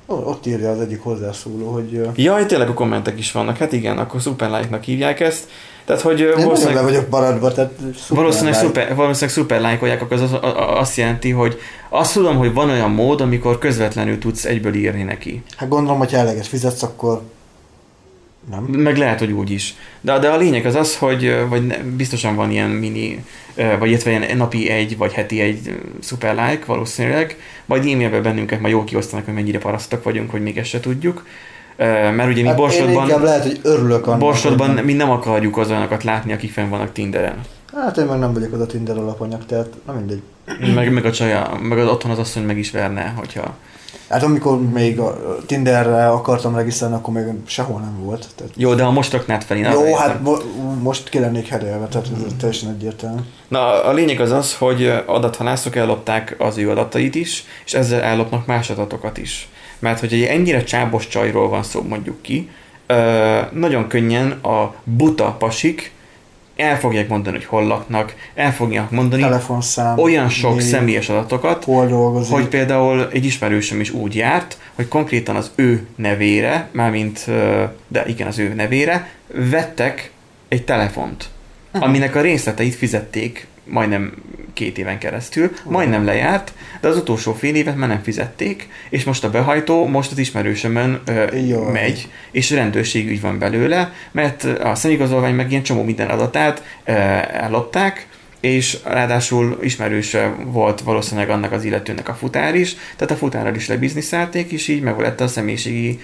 Ott írja az egyik hozzászóló, hogy... Jaj, tényleg a kommentek is vannak. Hát igen, akkor Super Like-nak hívják ezt. Tehát, hogy Én nagyon le vagyok maradva, tehát valószínűleg szuper lájkolják, akkor az azt jelenti, hogy azt tudom, hogy van olyan mód, amikor közvetlenül tudsz egyből írni neki. Hát gondolom, hogy ha eleget fizetsz, akkor nem. Meg lehet, hogy úgy is. De a lényeg az, hogy biztosan van ilyen mini, vagy ilyen napi egy, vagy heti egy szuper like valószínűleg, majd e-mailben bennünket majd jól kiosztanak, hogy mennyire parasztok vagyunk, hogy még ezt se tudjuk. Mert ugye mi hát Borsodban, lehet, hogy örülök annak, Borsodban mi nem akarjuk azonokat látni, akik fenn vannak Tinderen. Hát én meg nem vagyok az a Tinder alapanyag, tehát nem mindegy. Meg a csaja, meg az otthon az asszony meg is verne, hogyha... Hát amikor még a Tinderre akartam regisztrálni, akkor még sehol nem volt. Tehát... Jó, de ha most raknád fel, én jó, hát most ki lennék hedelve, tehát ez teljesen egyértelmű. Na, a lényeg az, hogy adathalászok ellopták az ő adatait is, és ezzel ellopnak más adatokat is. Mert hogy egy ennyire csábos csajról van szó, mondjuk ki, nagyon könnyen a buta pasik el fogják mondani, hogy hol laknak, el fogják mondani telefonszám, olyan sok személyes adatokat, hogy például egy ismerősöm is úgy járt, hogy konkrétan az ő nevére, az ő nevére vettek egy telefont, aminek a részleteit fizették majdnem 2 éven keresztül, majdnem lejárt, de az utolsó fél évet már nem fizették, és most a behajtó most az ismerősömön megy, és rendőrségügy van belőle, mert a személyigazolvány meg ilyen csomó minden adatát ellopták, és ráadásul ismerőse volt valószínűleg annak az illetőnek a futár is, tehát a futárral is lebizniszelték, és így meg lett a személyiségi...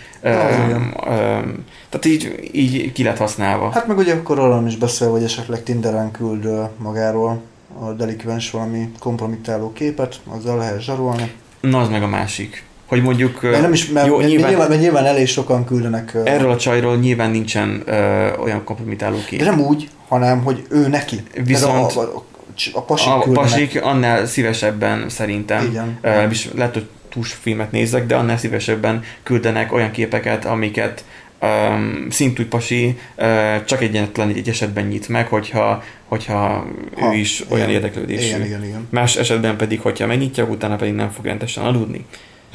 tehát így ki lett használva. Hát meg ugye akkor arról is beszél, hogy esetleg Tinderen küld magáról a delikvens valami kompromittáló képet, azzal lehet zsarolni. Na, az meg a másik. Hogy mondjuk... Mert nyilván elég sokan küldenek... Erről a csajról nyilván nincsen olyan kompromittáló kép. De nem úgy, hanem hogy ő neki. Viszont a pasik annál szívesebben szerintem, és lehet, hogy túlsfilmet nézek, de annál szívesebben küldenek olyan képeket, amiket szintúgy pasi csak egy esetben nyit meg, hogyha ő is olyan érdeklődésű. Igen. Más esetben pedig, hogyha megnyitja, utána pedig nem fog rendesen aludni.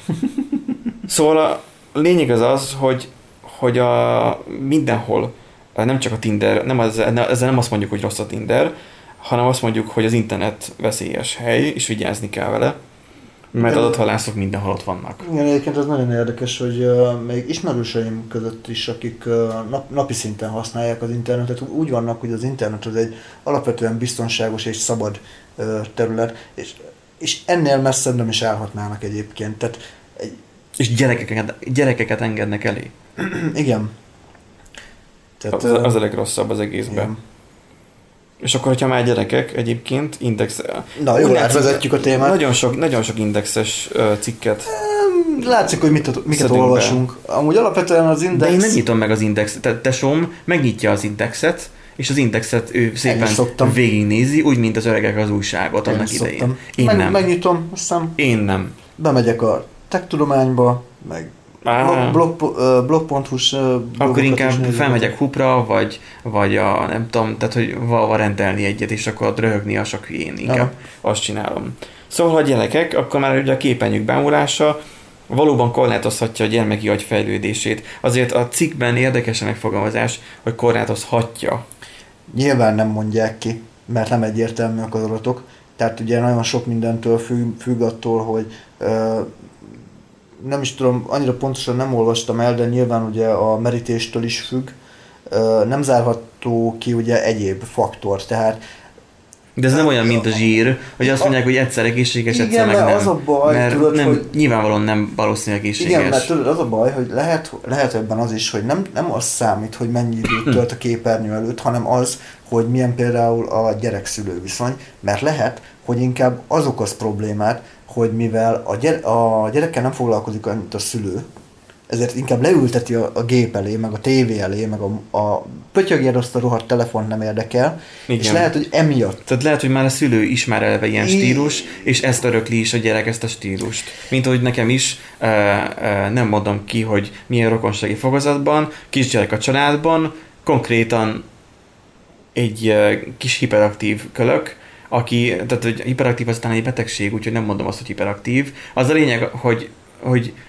Szóval a lényeg az, hogy mindenhol, nem csak a Tinder, ezzel nem azt mondjuk, hogy rossz a Tinder, hanem azt mondjuk, hogy az internet veszélyes hely, és vigyázni kell vele, mert adathalászok mindenhol ott vannak. Igen, egyébként az nagyon érdekes, hogy még ismerőseim között is, akik napi szinten használják az internetet, úgy vannak, hogy az internet az egy alapvetően biztonságos és szabad terület, és ennél messzebb nem is állhatnának egyébként. Tehát és gyerekeket engednek elé. Igen. Tehát, az a legrosszabb az egészben. Igen. És akkor, hogyha már gyerekek egyébként Na, jól átvezetjük a témát. Nagyon sok indexes cikket. Látszik, hogy miket olvasunk. Amúgy alapvetően az index... De én nem nyitom meg az indexet. Tesóm megnyitja az indexet, és az indexet ő szépen végignézi, úgy, mint az öregek az újságot annak idején. Én nem. Megnyitom, aztán... Én nem. Bemegyek a tech-tudományba, meg blog.hu-s akkor inkább felmegyek Hupra, vagy a nem tudom, tehát hogy valahol rendelni egyet, és akkor röhögni a sok hülyén, inkább azt csinálom. Szóval, ha gyerekek, akkor már ugye a képernyők bámulása valóban korlátozhatja a gyermeki agy fejlődését. Azért a cikkben érdekes a megfogalmazás, hogy korlátozhatja. Nyilván nem mondják ki, mert nem egyértelműek az adatok. Tehát ugye nagyon sok mindentől függ attól, hogy nem is tudom, annyira pontosan nem olvastam el, de nyilván ugye a merítéstől is függ. Nem zárható ki ugye egyéb faktor, tehát... De ez nem olyan, mint a zsír, hogy azt mondják, hogy egyszer egészséges, egyszer meg nem. Az a baj, mert tudod, nem, hogy... nyilvánvalóan nem valószínűleg egészséges. Igen, mert tudod, az a baj, hogy lehet ebben az is, hogy nem az számít, hogy mennyi időt tölt a képernyő előtt, hanem az, hogy milyen például a gyerek-szülő viszony, mert lehet, hogy inkább az okoz problémát, hogy mivel a gyerekkel nem foglalkozik annyit a szülő, ezért inkább leülteti a gép elé, meg a tévé elé, meg a pötyögjed azt a rohadt telefont nem érdekel, igen. És lehet, hogy emiatt. Tehát lehet, hogy már a szülő ismer eleve ilyen stílus, és ezt örökli is a gyerek, ezt a stílust. Mint ahogy nekem is, nem mondom ki, hogy milyen rokonsági fokozatban, kisgyerek a családban, konkrétan egy kis hiperaktív kölök, tehát hogy hiperaktív aztán egy betegség, úgyhogy nem mondom azt, hogy hiperaktív. Az a lényeg, hogy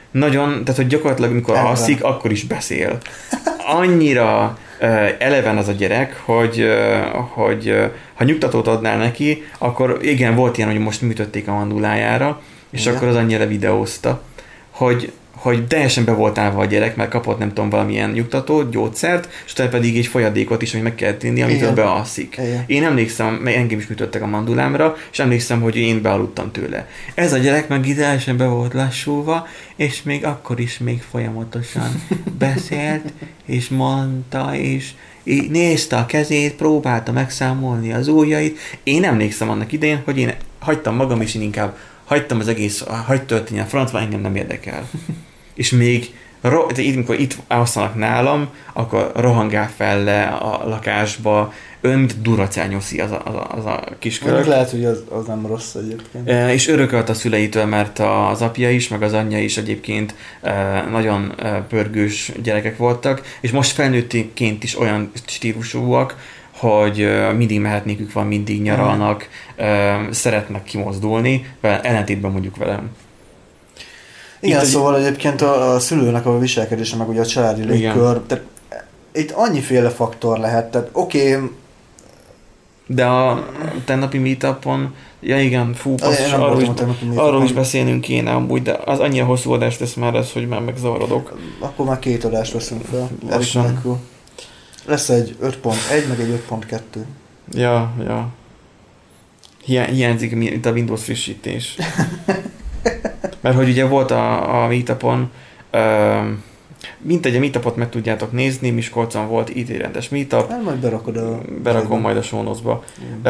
nagyon, tehát hogy gyakorlatilag amikor alszik, akkor is beszél. Annyira eleven az a gyerek, hogy ha nyugtatót adnál neki, akkor igen, volt ilyen, hogy most műtötték a mandulájára, és igen. Akkor az annyira videózta, hogy teljesen be volt állva a gyerek, mert kapott nem tudom valamilyen nyugtatót, gyógyszert, és utána pedig egy folyadékot is, hogy meg kell tenni, amitől bealszik. Igen. Én emlékszem, mert engem is műtöttek a mandulámra, és emlékszem, hogy én bealudtam tőle. Ez a gyerek meg így teljesen be volt lassulva, és még akkor is még folyamatosan beszélt, és mondta, és nézte a kezét, próbálta megszámolni az ujjait. Én emlékszem annak idején, hogy én hagytam magam, és én inkább hagytam az egész, hagyd történjen a francba, engem nem érdekel. És még, amikor itt alszanak nálam, akkor rohangál fel le a lakásba, mint duracányoszi az a kiskörök. Lehet, hogy az nem rossz egyébként. És örökölt a szüleitől, mert az apja is, meg az anyja is egyébként nagyon pörgős gyerekek voltak, és most felnőttként is olyan stílusúak, hogy mindig mehetnékük van, mindig nyaralnak, szeretnek kimozdulni, ellentétben mondjuk velem. Igen, itt szóval egyébként a szülőnek a viselkedése, meg ugye a családi légkör, tehát itt annyiféle faktor lehet, tehát oké. De a tennapi meetupon, ja igen, arról is beszélnünk kéne amúgy, de az annyira hosszú adást tesz már ez, hogy már megzavarodok. Akkor már 2 adást veszünk fel. Lesz egy 5.1, meg egy 5.2. Ja. Hiányzik itt a Windows frissítés. Mert hogy ugye volt a meetupon, mintegy, a meetupot meg tudjátok nézni, Miskolcon volt IT rendes meetup. Hát majd berakom majd a show notes-ba.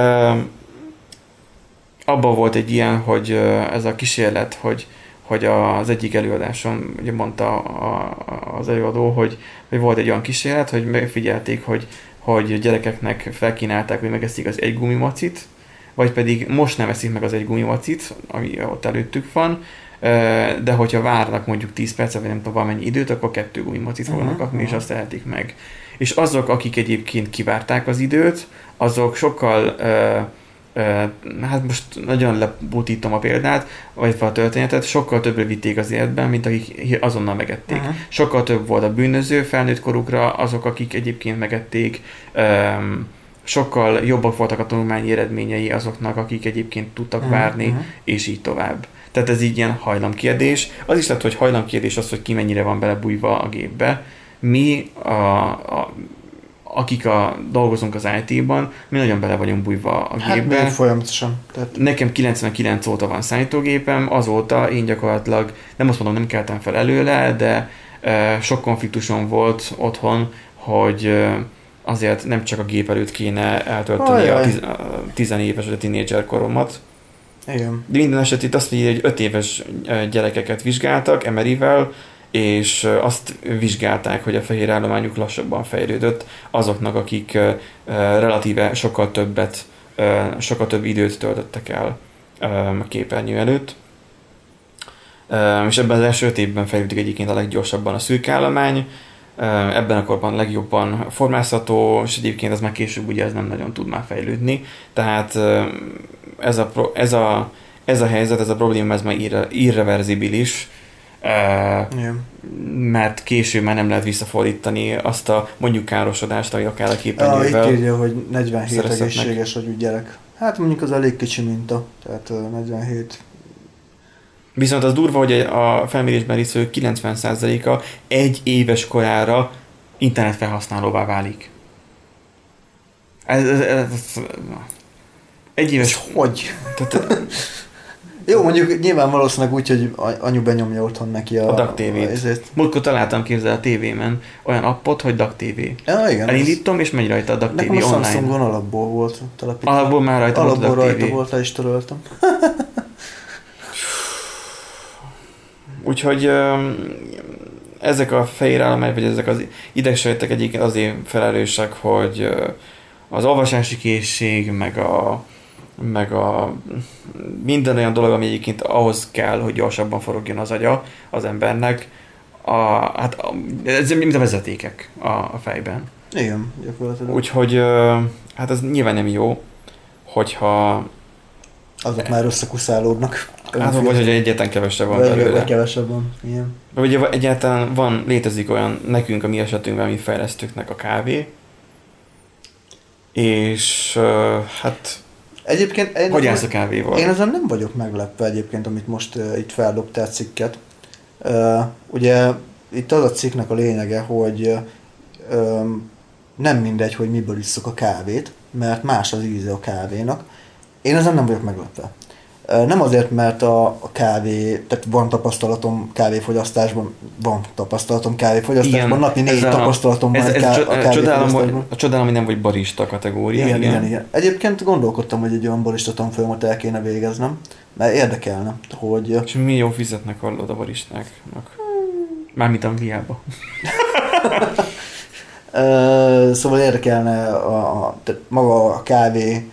Abban volt egy ilyen, hogy ez a kísérlet, hogy az egyik előadáson ugye mondta az előadó, hogy volt egy olyan kísérlet, hogy megfigyelték, hogy gyerekeknek felkínálták, hogy megeszik az egy gumimacit, vagy pedig most nem eszik meg az egy gumimacit, ami ott előttük van, de hogyha várnak mondjuk 10 percet, vagy nem tudom valamennyi időt, akkor 2 gumimacit fognak kapni, és azt tehetik meg. És azok, akik egyébként kivárták az időt, azok sokkal hát most nagyon lebutítom a példát, vagy a történetet, sokkal többre vitték az életben, mint akik azonnal megették. Sokkal több volt a bűnöző felnőtt korukra, azok, akik egyébként megették, sokkal jobbak voltak a tanulmányi eredményei azoknak, akik egyébként tudtak várni, és így tovább. Tehát ez így ilyen hajlamkérdés. Az is lehet, hogy hajlamkérdés az, hogy ki mennyire van belebújva a gépbe. Mi, akik dolgozunk az IT-ban, mi nagyon bele vagyunk bújva a gépbe. Hát folyamatosan. Tehát... Nekem 99 óta van számítógépem, azóta én gyakorlatilag, nem azt mondom, nem keltem fel előle, de sok konfliktusom volt otthon, hogy azért nem csak a gép előtt kéne eltölteni a 10 éves vagy a tínédzser koromat. Igen. De minden eset itt azt mondja, hogy 5 éves gyerekeket vizsgáltak MRI-vel, és azt vizsgálták, hogy a fehérállományuk lassabban fejlődött azoknak, akik relatíve sokkal több időt töltöttek el a képernyő előtt. És ebben az első 5 évben fejlődik egyébként a leggyorsabban a szürke állomány, ebben a korban legjobban formázható, és egyébként az már később ugye ez nem nagyon tud már fejlődni. Tehát ez a helyzet, ez a probléma, ez már irreverzibilis, mert később már nem lehet visszafordítani azt a mondjuk károsodást, ami akár a képernyővel. Itt írja, hogy 47 egészséges agyú gyerek. Hát mondjuk az elég kicsi minta, tehát 47. Viszont az durva, hogy a felmérésben résztvevők 90%-a 1 éves korára internet felhasználóvá válik. Ez 1 éves... Ez hogy? Tehát, jó, mondjuk nyilván valószínűleg úgy, hogy anyu benyomja otthon neki a DAC TV-t. Múltkor találtam, képzel a tévémen olyan appot, hogy DAC TV. Ja, igen. Elindítom, és megy rajta a DAC TV online. Nekem a Samsungon alapból volt telepítve. Alapból már rajta volt a DAC TV. Alapból rajta volt, le is töröltem. Úgyhogy ezek a fehérállomány, vagy ezek az idegsejtek egyébként azért felelősek, hogy az olvasási készség, meg a minden olyan dolog, ami egyébként ahhoz kell, hogy gyorsabban forogjon az agya az embernek, ez mint a vezetékek a fejben. Igen, gyakorlatilag. Úgyhogy hát ez nyilván nem jó, hogyha azok már összekuszálódnak. Hát, vagy hogy egyáltalán kevesebb van vagy belőle. kevesebb van, igen. Vagy ugye egyáltalán létezik olyan nekünk, a mi esetünkben, mi fejlesztőknek a kávé, és hát Egyébként hogy állsz a kávéval? Én ezen nem vagyok meglepve egyébként, amit most itt feldobtál cikket. Ugye itt az a cikknek a lényege, hogy nem mindegy, hogy miből isszuk a kávét, mert más az íze a kávénak. Én ezen nem vagyok meglepve. Nem azért, mert a kávé, tehát van tapasztalatom kávéfogyasztásban, napi 4 tapasztalatom van a kávéfogyasztásban. Csodálom, hogy nem vagy barista kategória. Igen. Egyébként gondolkodtam, hogy egy olyan barista tanfolyamat el kéne végeznem, mert érdekelne, hogy... És mi jó fizetnek hallod a baristáknak? Mármint Angliába. Szóval érdekelne tehát maga a kávé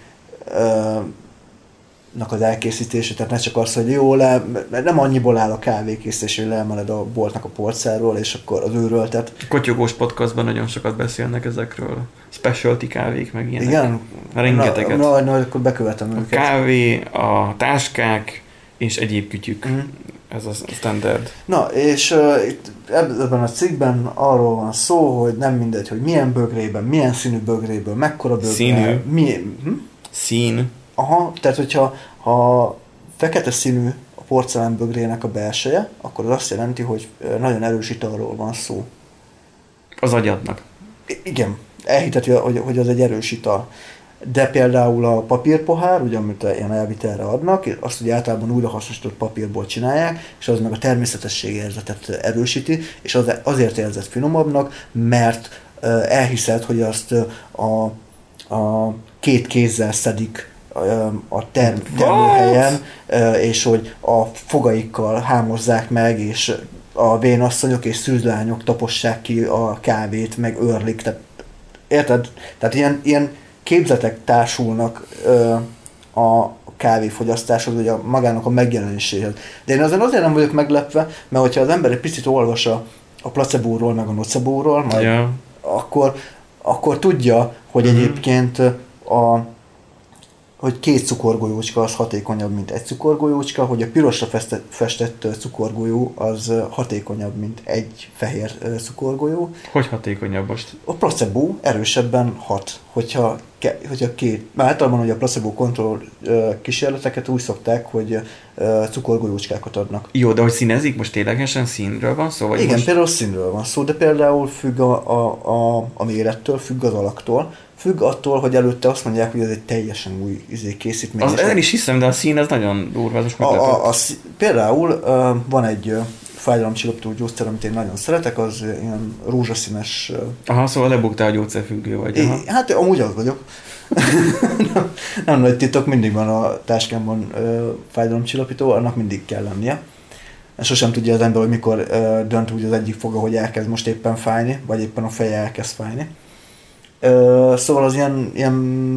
az elkészítése, tehát ne csak az, hogy jó, nem annyiból áll a kávékészítés, hogy leemeled a boltnak a polcáról, és akkor az őről, tehát... Kotyogós podcastban nagyon sokat beszélnek ezekről. Specialty kávék, meg ilyenek. Igen? Rengeteget. Na, akkor bekövetem őket. A kávé, a táskák és egyéb kütyük. Ez a standard. Na, és itt ebben a cikkben arról van szó, hogy nem mindegy, hogy milyen bögrében, milyen színű bögréből, mekkora bögre. Színű. Szín. Aha, tehát ha fekete színű a porcelán bögrének a belseje, akkor az azt jelenti, hogy nagyon erős italról van szó. Az agyadnak. Igen, elhiteti, hogy az egy erős ital. De például a papírpohár, ugye, amit ilyen elvitelre adnak, azt ugye általában újrahasznosított papírból csinálják, és az meg a természetesség érzetet erősíti, és azért érzed finomabbnak, mert elhiszed, hogy azt a két kézzel szedik a termőhelyen, és hogy a fogaikkal hámozzák meg, és a vénasszonyok és szűzlányok tapossák ki a kávét, meg őrlik. Tehát, érted? Tehát ilyen képzetek társulnak a kávéfogyasztáshoz, vagy magának a megjelenéséhez. De én azért nem vagyok meglepve, mert hogyha az ember egy picit olvas a placebóról, meg a nocebóról, majd akkor tudja, hogy egyébként hogy 2 cukorgolyócska az hatékonyabb, mint egy cukorgolyócska, hogy a pirosra festett cukorgolyó az hatékonyabb, mint egy fehér cukorgolyó. Hogy hatékonyabb most? A placebo erősebben hat, hogyha két, általában hogy a placebo kontroll kísérleteket úgy szokták, hogy cukorgolyócskákat adnak. Jó, de hogy színezik? Most ténylegesen színről van szó? Vagy igen, most... például színről van szó, de például függ a mérettől, függ az alaktól, függ attól, hogy előtte azt mondják, hogy ez egy teljesen új készítmény. Az el is hiszem, de a szín ez nagyon durva, ez most meglepett. Például van egy fájdalomcsillapító gyógyszer, amit én nagyon szeretek, az ilyen rózsaszínes... Aha, szóval lebuktál a gyógyszerfüggő vagy. Hát amúgy az vagyok. Nem nagy titok, mindig van a táskámban fájdalomcsillapító, annak mindig kell lennie. Sosem tudja az ember, hogy mikor dönt úgy az egyik foga, hogy elkezd most éppen fájni, vagy éppen a feje elkezd fájni. Szóval az ilyen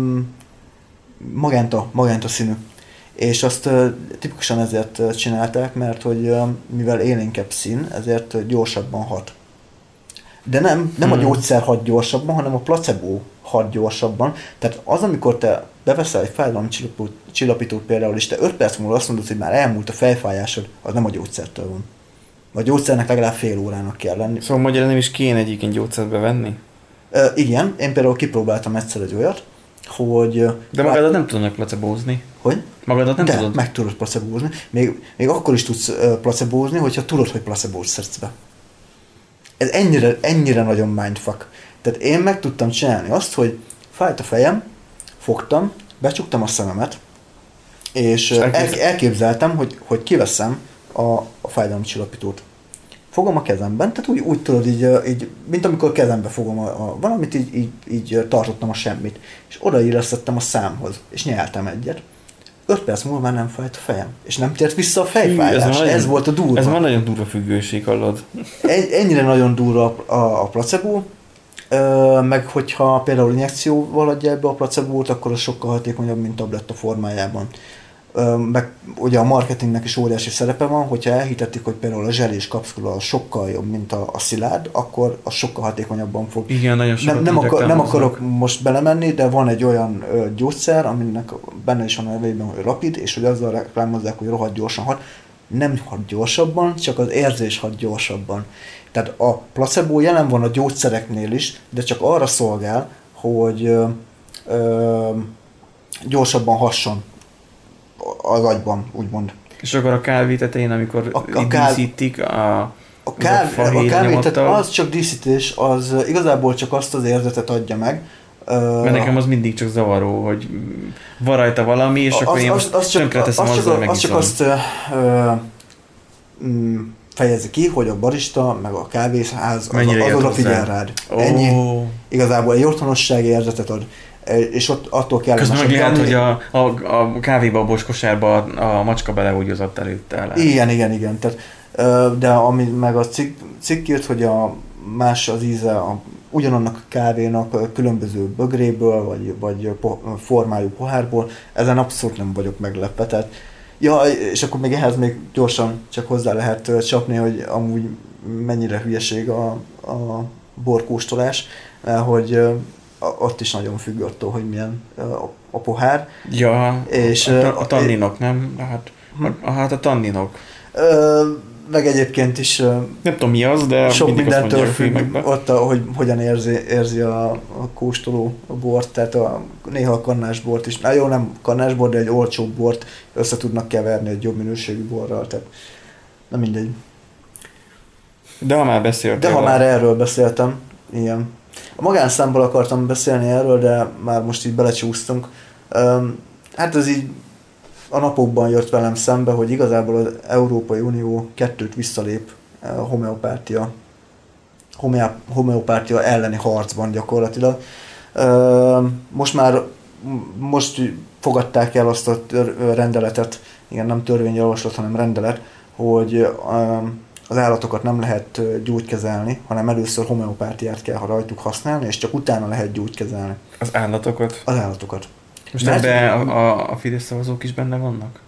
magenta színű. És azt tipikusan ezért csinálták, mert hogy mivel élénkebb szín, ezért gyorsabban hat. De nem a gyógyszer hat gyorsabban, hanem a placebo hat gyorsabban. Tehát az, amikor te beveszel egy fájdalomcsillapítót például, és te 5 perc múlva azt mondod, hogy már elmúlt a fejfájásod, az nem a gyógyszertől van. A gyógyszernek legalább fél órának kell lenni. Szóval magyarán nem is kéne egyébként gyógyszert bevenni? Igen, én például kipróbáltam egyszer egy olyat, hogy... De magadat nem tudnak placebózni. Hogy? Magadat nem tudod? Meg tudod placebózni. Még akkor is tudsz placebózni, hogyha tudod, hogy placebót szedsz be. Ez ennyire nagyon mindfuck. Tehát én meg tudtam csinálni azt, hogy fájt a fejem, fogtam, becsuktam a szememet, és elképzeltem, hogy kiveszem a fájdalomcsillapítót. Fogom a kezemben, tehát úgy tudod, így mint amikor kezembe fogom valamit, így tartottam a semmit. És odaillesztettem a számhoz, és nyeltem egyet. 5 perc múlva már nem fájt a fejem. És nem tért vissza a fejfájás. Ez volt a durva. Ez már nagyon durva függőség, hallod. Ennyire nagyon durva a placebo, meg hogyha például injekcióval adja ebbe a placebót, akkor az sokkal hatékonyabb, mint tabletta formájában. meg ugye a marketingnek is óriási szerepe van, hogyha elhitetik, hogy például a zselés kapszula sokkal jobb, mint a szilárd, akkor az sokkal hatékonyabban fog. Igen, nagyon sokat nem akarok most belemenni, de van egy olyan gyógyszer, aminek benne is van a nevében, hogy rapid, és hogy azzal reklámozzák, hogy rohadt gyorsan hat. Nem hat gyorsabban, csak az érzés hat gyorsabban. Tehát a placebo jelen van a gyógyszereknél is, de csak arra szolgál, hogy gyorsabban hasson az agyban, úgymond. És akkor a kávé tetején, amikor díszítik a kávé, tehát az csak díszítés, az igazából csak azt az érzetet adja meg. Mert nekem az mindig csak zavaró, hogy van rajta valami, és akkor én tönkreteszem azzal, megiszom. Az csak azt fejezi ki, hogy a barista, meg a kávéház az oda figyel rád. Ennyi. Igazából egy otthonossági érzetet ad. És ott attól kell... Közben meg lehet, hogy a kávéba, a boskosárba a macska belehúgyozott előtte. Igen. Tehát, de ami meg a cikk írt, hogy a más az íze ugyanannak a kávénak különböző bögréből, vagy formájú pohárból, ezen abszolút nem vagyok meglepve. Tehát, és akkor még ehhez még gyorsan csak hozzá lehet csapni, hogy amúgy mennyire hülyeség a borkóstolás, hogy ott is nagyon függ attól, hogy milyen a pohár. Ja, és a tanninok, nem? Hát a tanninok. Meg egyébként is... Nem tudom mi az, de sok mindig azt mondják függ ott, hogy hogyan érzi a kóstoló a bort, tehát néha a kannásbort is. Jó, nem kannásbort, de egy olcsóbb bort össze tudnak keverni egy jobb minőségű borral, tehát nem mindegy. De ha már erről beszéltem, igen. A magánszámból akartam beszélni erről, de már most így belecsúsztunk. Hát ez így a napokban jött velem szembe, hogy igazából az Európai Unió kettőt visszalép homeopátia elleni harcban gyakorlatilag. Most fogadták el azt a rendeletet, igen, nem törvényjavaslat, hanem rendelet, hogy az állatokat nem lehet gyógykezelni, hanem először homeopátiát kell rajtuk használni, és csak utána lehet gyógykezelni. Az állatokat? Az állatokat. Most ebben a Fidesz szavazók is benne vannak?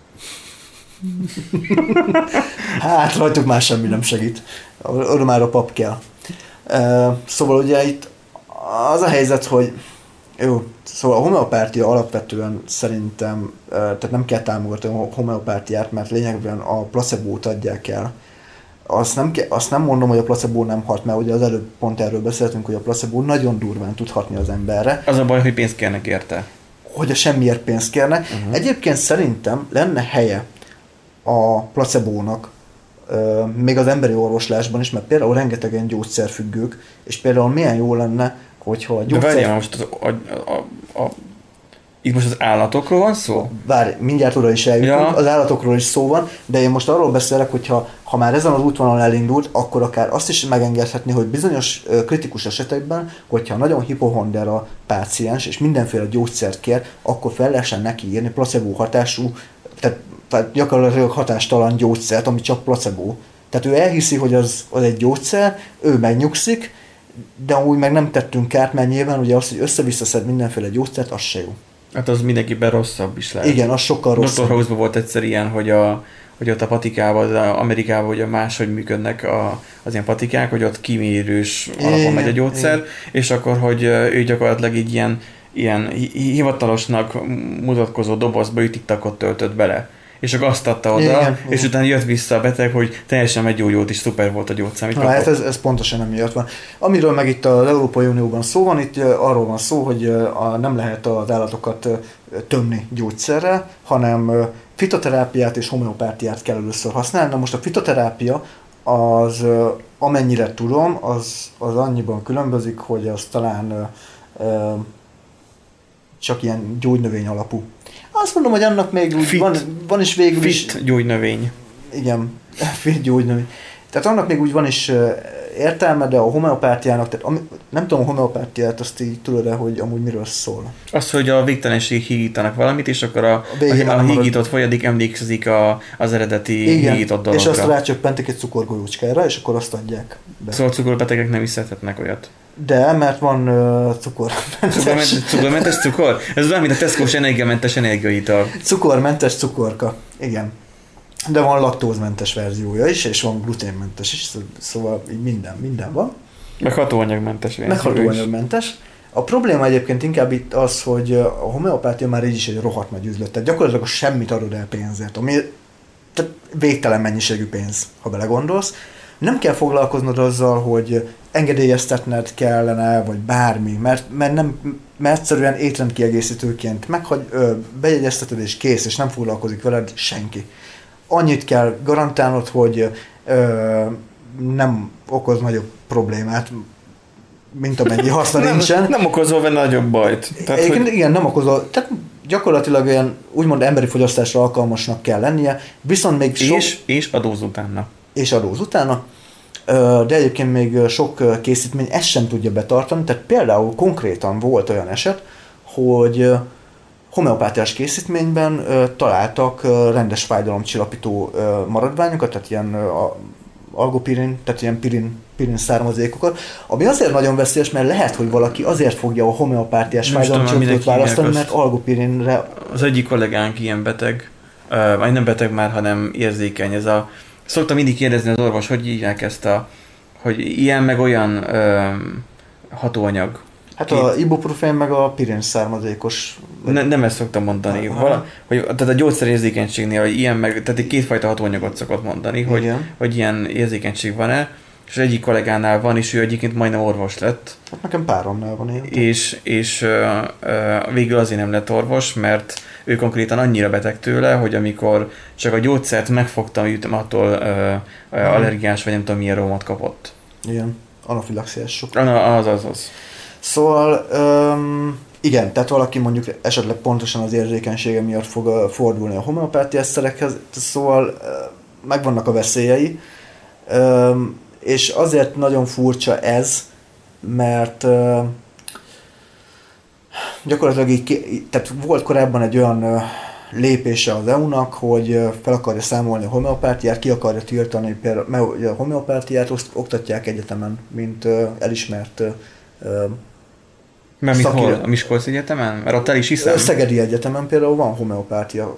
Hát rajtuk már semmi nem segít. Oda már a pap kell. Szóval ugye itt az a helyzet, hogy jó, szóval a homeopátia alapvetően szerintem, tehát nem kell támogatni a homeopátiát, mert lényegben a placebót adják el. Azt nem mondom, hogy a placebo nem hat, mert ugye az előbb pont erről beszéltünk, hogy a placebo nagyon durván tud hatni az emberre. Az a baj, hogy pénzt kérnek érte. Hogy a semmiért pénzt kérnek. Egyébként szerintem lenne helye a placebónak, még az emberi orvoslásban is, mert például rengetegen gyógyszerfüggők, és például milyen jó lenne, hogyha a gyógyszer... De várjál, most itt most az állatokról van szó? Várj, mindjárt oda is eljutunk, az állatokról is szó van, de én most arról beszélek, hogy ha már ezen az útvonalon elindult, akkor akár azt is megengedhetni, hogy bizonyos kritikus esetekben, hogyha nagyon hipohonder a páciens, és mindenféle gyógyszert kér, akkor fel lehessen neki írni placebo hatású, tehát gyakorlatilag hatástalan gyógyszert, ami csak placebo. Tehát ő elhiszi, hogy az egy gyógyszer, ő megnyugszik, de úgy meg nem tettünk kárt, mert nyilván ugye az, hogy össze-visszaszed mindenféle gyógyszert, az se jó. Hát az mindenkiben rosszabb is lehet. Igen, az sokkal rosszabb. Dr. House-ban volt egyszer ilyen, hogy ott a patikában, Amerikában ugye máshogy működnek az ilyen patikák, hogy ott kimérős alapon megy a gyógyszer, és akkor, hogy ő gyakorlatilag így ilyen hivatalosnak mutatkozó dobozba ütiktakot töltött bele. És akkor azt adta oda, és utána jött vissza a beteg, hogy teljesen meggyógyult, és szuper volt a gyógyszer, amit kapott. Hát ez pontosan nem miatt van. Amiről meg itt az Európai Unióban szó van, itt arról van szó, hogy nem lehet az állatokat tömni gyógyszerrel, hanem fitoterápiát és homeopátiát kell először használni. Na most a fitoterápia az, amennyire tudom, az annyiban különbözik, hogy az talán csak ilyen gyógynövény alapú. Azt mondom, hogy annak még úgy van is végül is... Fit gyógynövény. Igen, fit gyógynövény. Tehát annak még úgy van is értelme, de a homeopátiának, tehát nem tudom a homeopátiát, azt így tudod-e, hogy amúgy miről szól. Az, hogy a végtelenség hígítanak valamit, és akkor a hígított folyadék emlékszik az eredeti hígított dologra. És azt rácsöppentik egy cukorgolyócskára, és akkor azt adják be. Szóval cukorbetegek nem is szedhetnek olyat. De, mert van cukormentes. Cukormentes cukor? Ez olyan, mint a Tesco-s energiamentes energiaital. Cukormentes cukorka, igen. De van laktózmentes verziója is, és van gluténmentes is, szóval így minden van. Meg hatóanyagmentes verzió. Meg hatóanyagmentes. A probléma egyébként inkább itt az, hogy a homeopátia már így is egy rohadt nagy üzlet. Tehát gyakorlatilag semmit adod el pénzért, ami tehát végtelen mennyiségű pénz, ha belegondolsz. Nem kell foglalkoznod azzal, hogy engedélyeztetned kellene, vagy bármi, mert egyszerűen étrendkiegészítőként bejegyezteted és kész, és nem foglalkozik veled senki. Annyit kell garantálnod, hogy nem okoz nagyobb problémát, mint amennyi haszna nincsen. Nem okozol vele nagyobb bajt. Tehát, igen, nem okozol. Tehát gyakorlatilag olyan úgymond emberi fogyasztásra alkalmasnak kell lennie, viszont még És adóz utána. És adóz utána. De egyébként még sok készítmény ezt sem tudja betartani, tehát például konkrétan volt olyan eset, hogy homeopátiás készítményben találtak rendes fájdalomcsillapító maradványokat, tehát ilyen algopirin, tehát ilyen pirin származékokat, ami azért nagyon veszélyes, mert lehet, hogy valaki azért fogja a homeopátiás fájdalomcsillapítót választani, mert algopirinre... Az egyik kollégánk ilyen beteg, vagy nem beteg már, hanem érzékeny. Szoktam mindig kérdezni az orvos, hogy hívják ezt hogy ilyen meg olyan hatóanyag. Hát a ibuprofen meg a pirin származékos. Nem ezt szoktam mondani. Tehát a gyógyszerérzékenységnél, hogy ilyen meg, tehát kétfajta hatóanyagot szokott mondani, hogy ilyen érzékenység van-e, és az egyik kollégánál van, és ő egyébként majdnem orvos lett. Hát nekem páromnál van ilyen. És végül azért nem lett orvos, mert ő konkrétan annyira beteg tőle, hogy amikor csak a gyógyszert megfogtam, jutom attól allergiás, vagy nem tudom milyen rómot kapott. Igen, anafilaxiás sok. Az. Szóval, igen, tehát valaki mondjuk esetleg pontosan az érzékenysége miatt fog fordulni a homeopátiás szerekhez, szóval megvannak a veszélyei, és azért nagyon furcsa ez, mert gyakorlatilag tehát volt korábban egy olyan lépése az EU-nak, hogy fel akarja számolni a homeopátiát, ki akarja tiltani, például, mert a homeopátiát oktatják egyetemen, mint elismert mert hol? A Miskolci Egyetemen? Mert ott el is hiszem. Szegedi Egyetemen például van homeopátia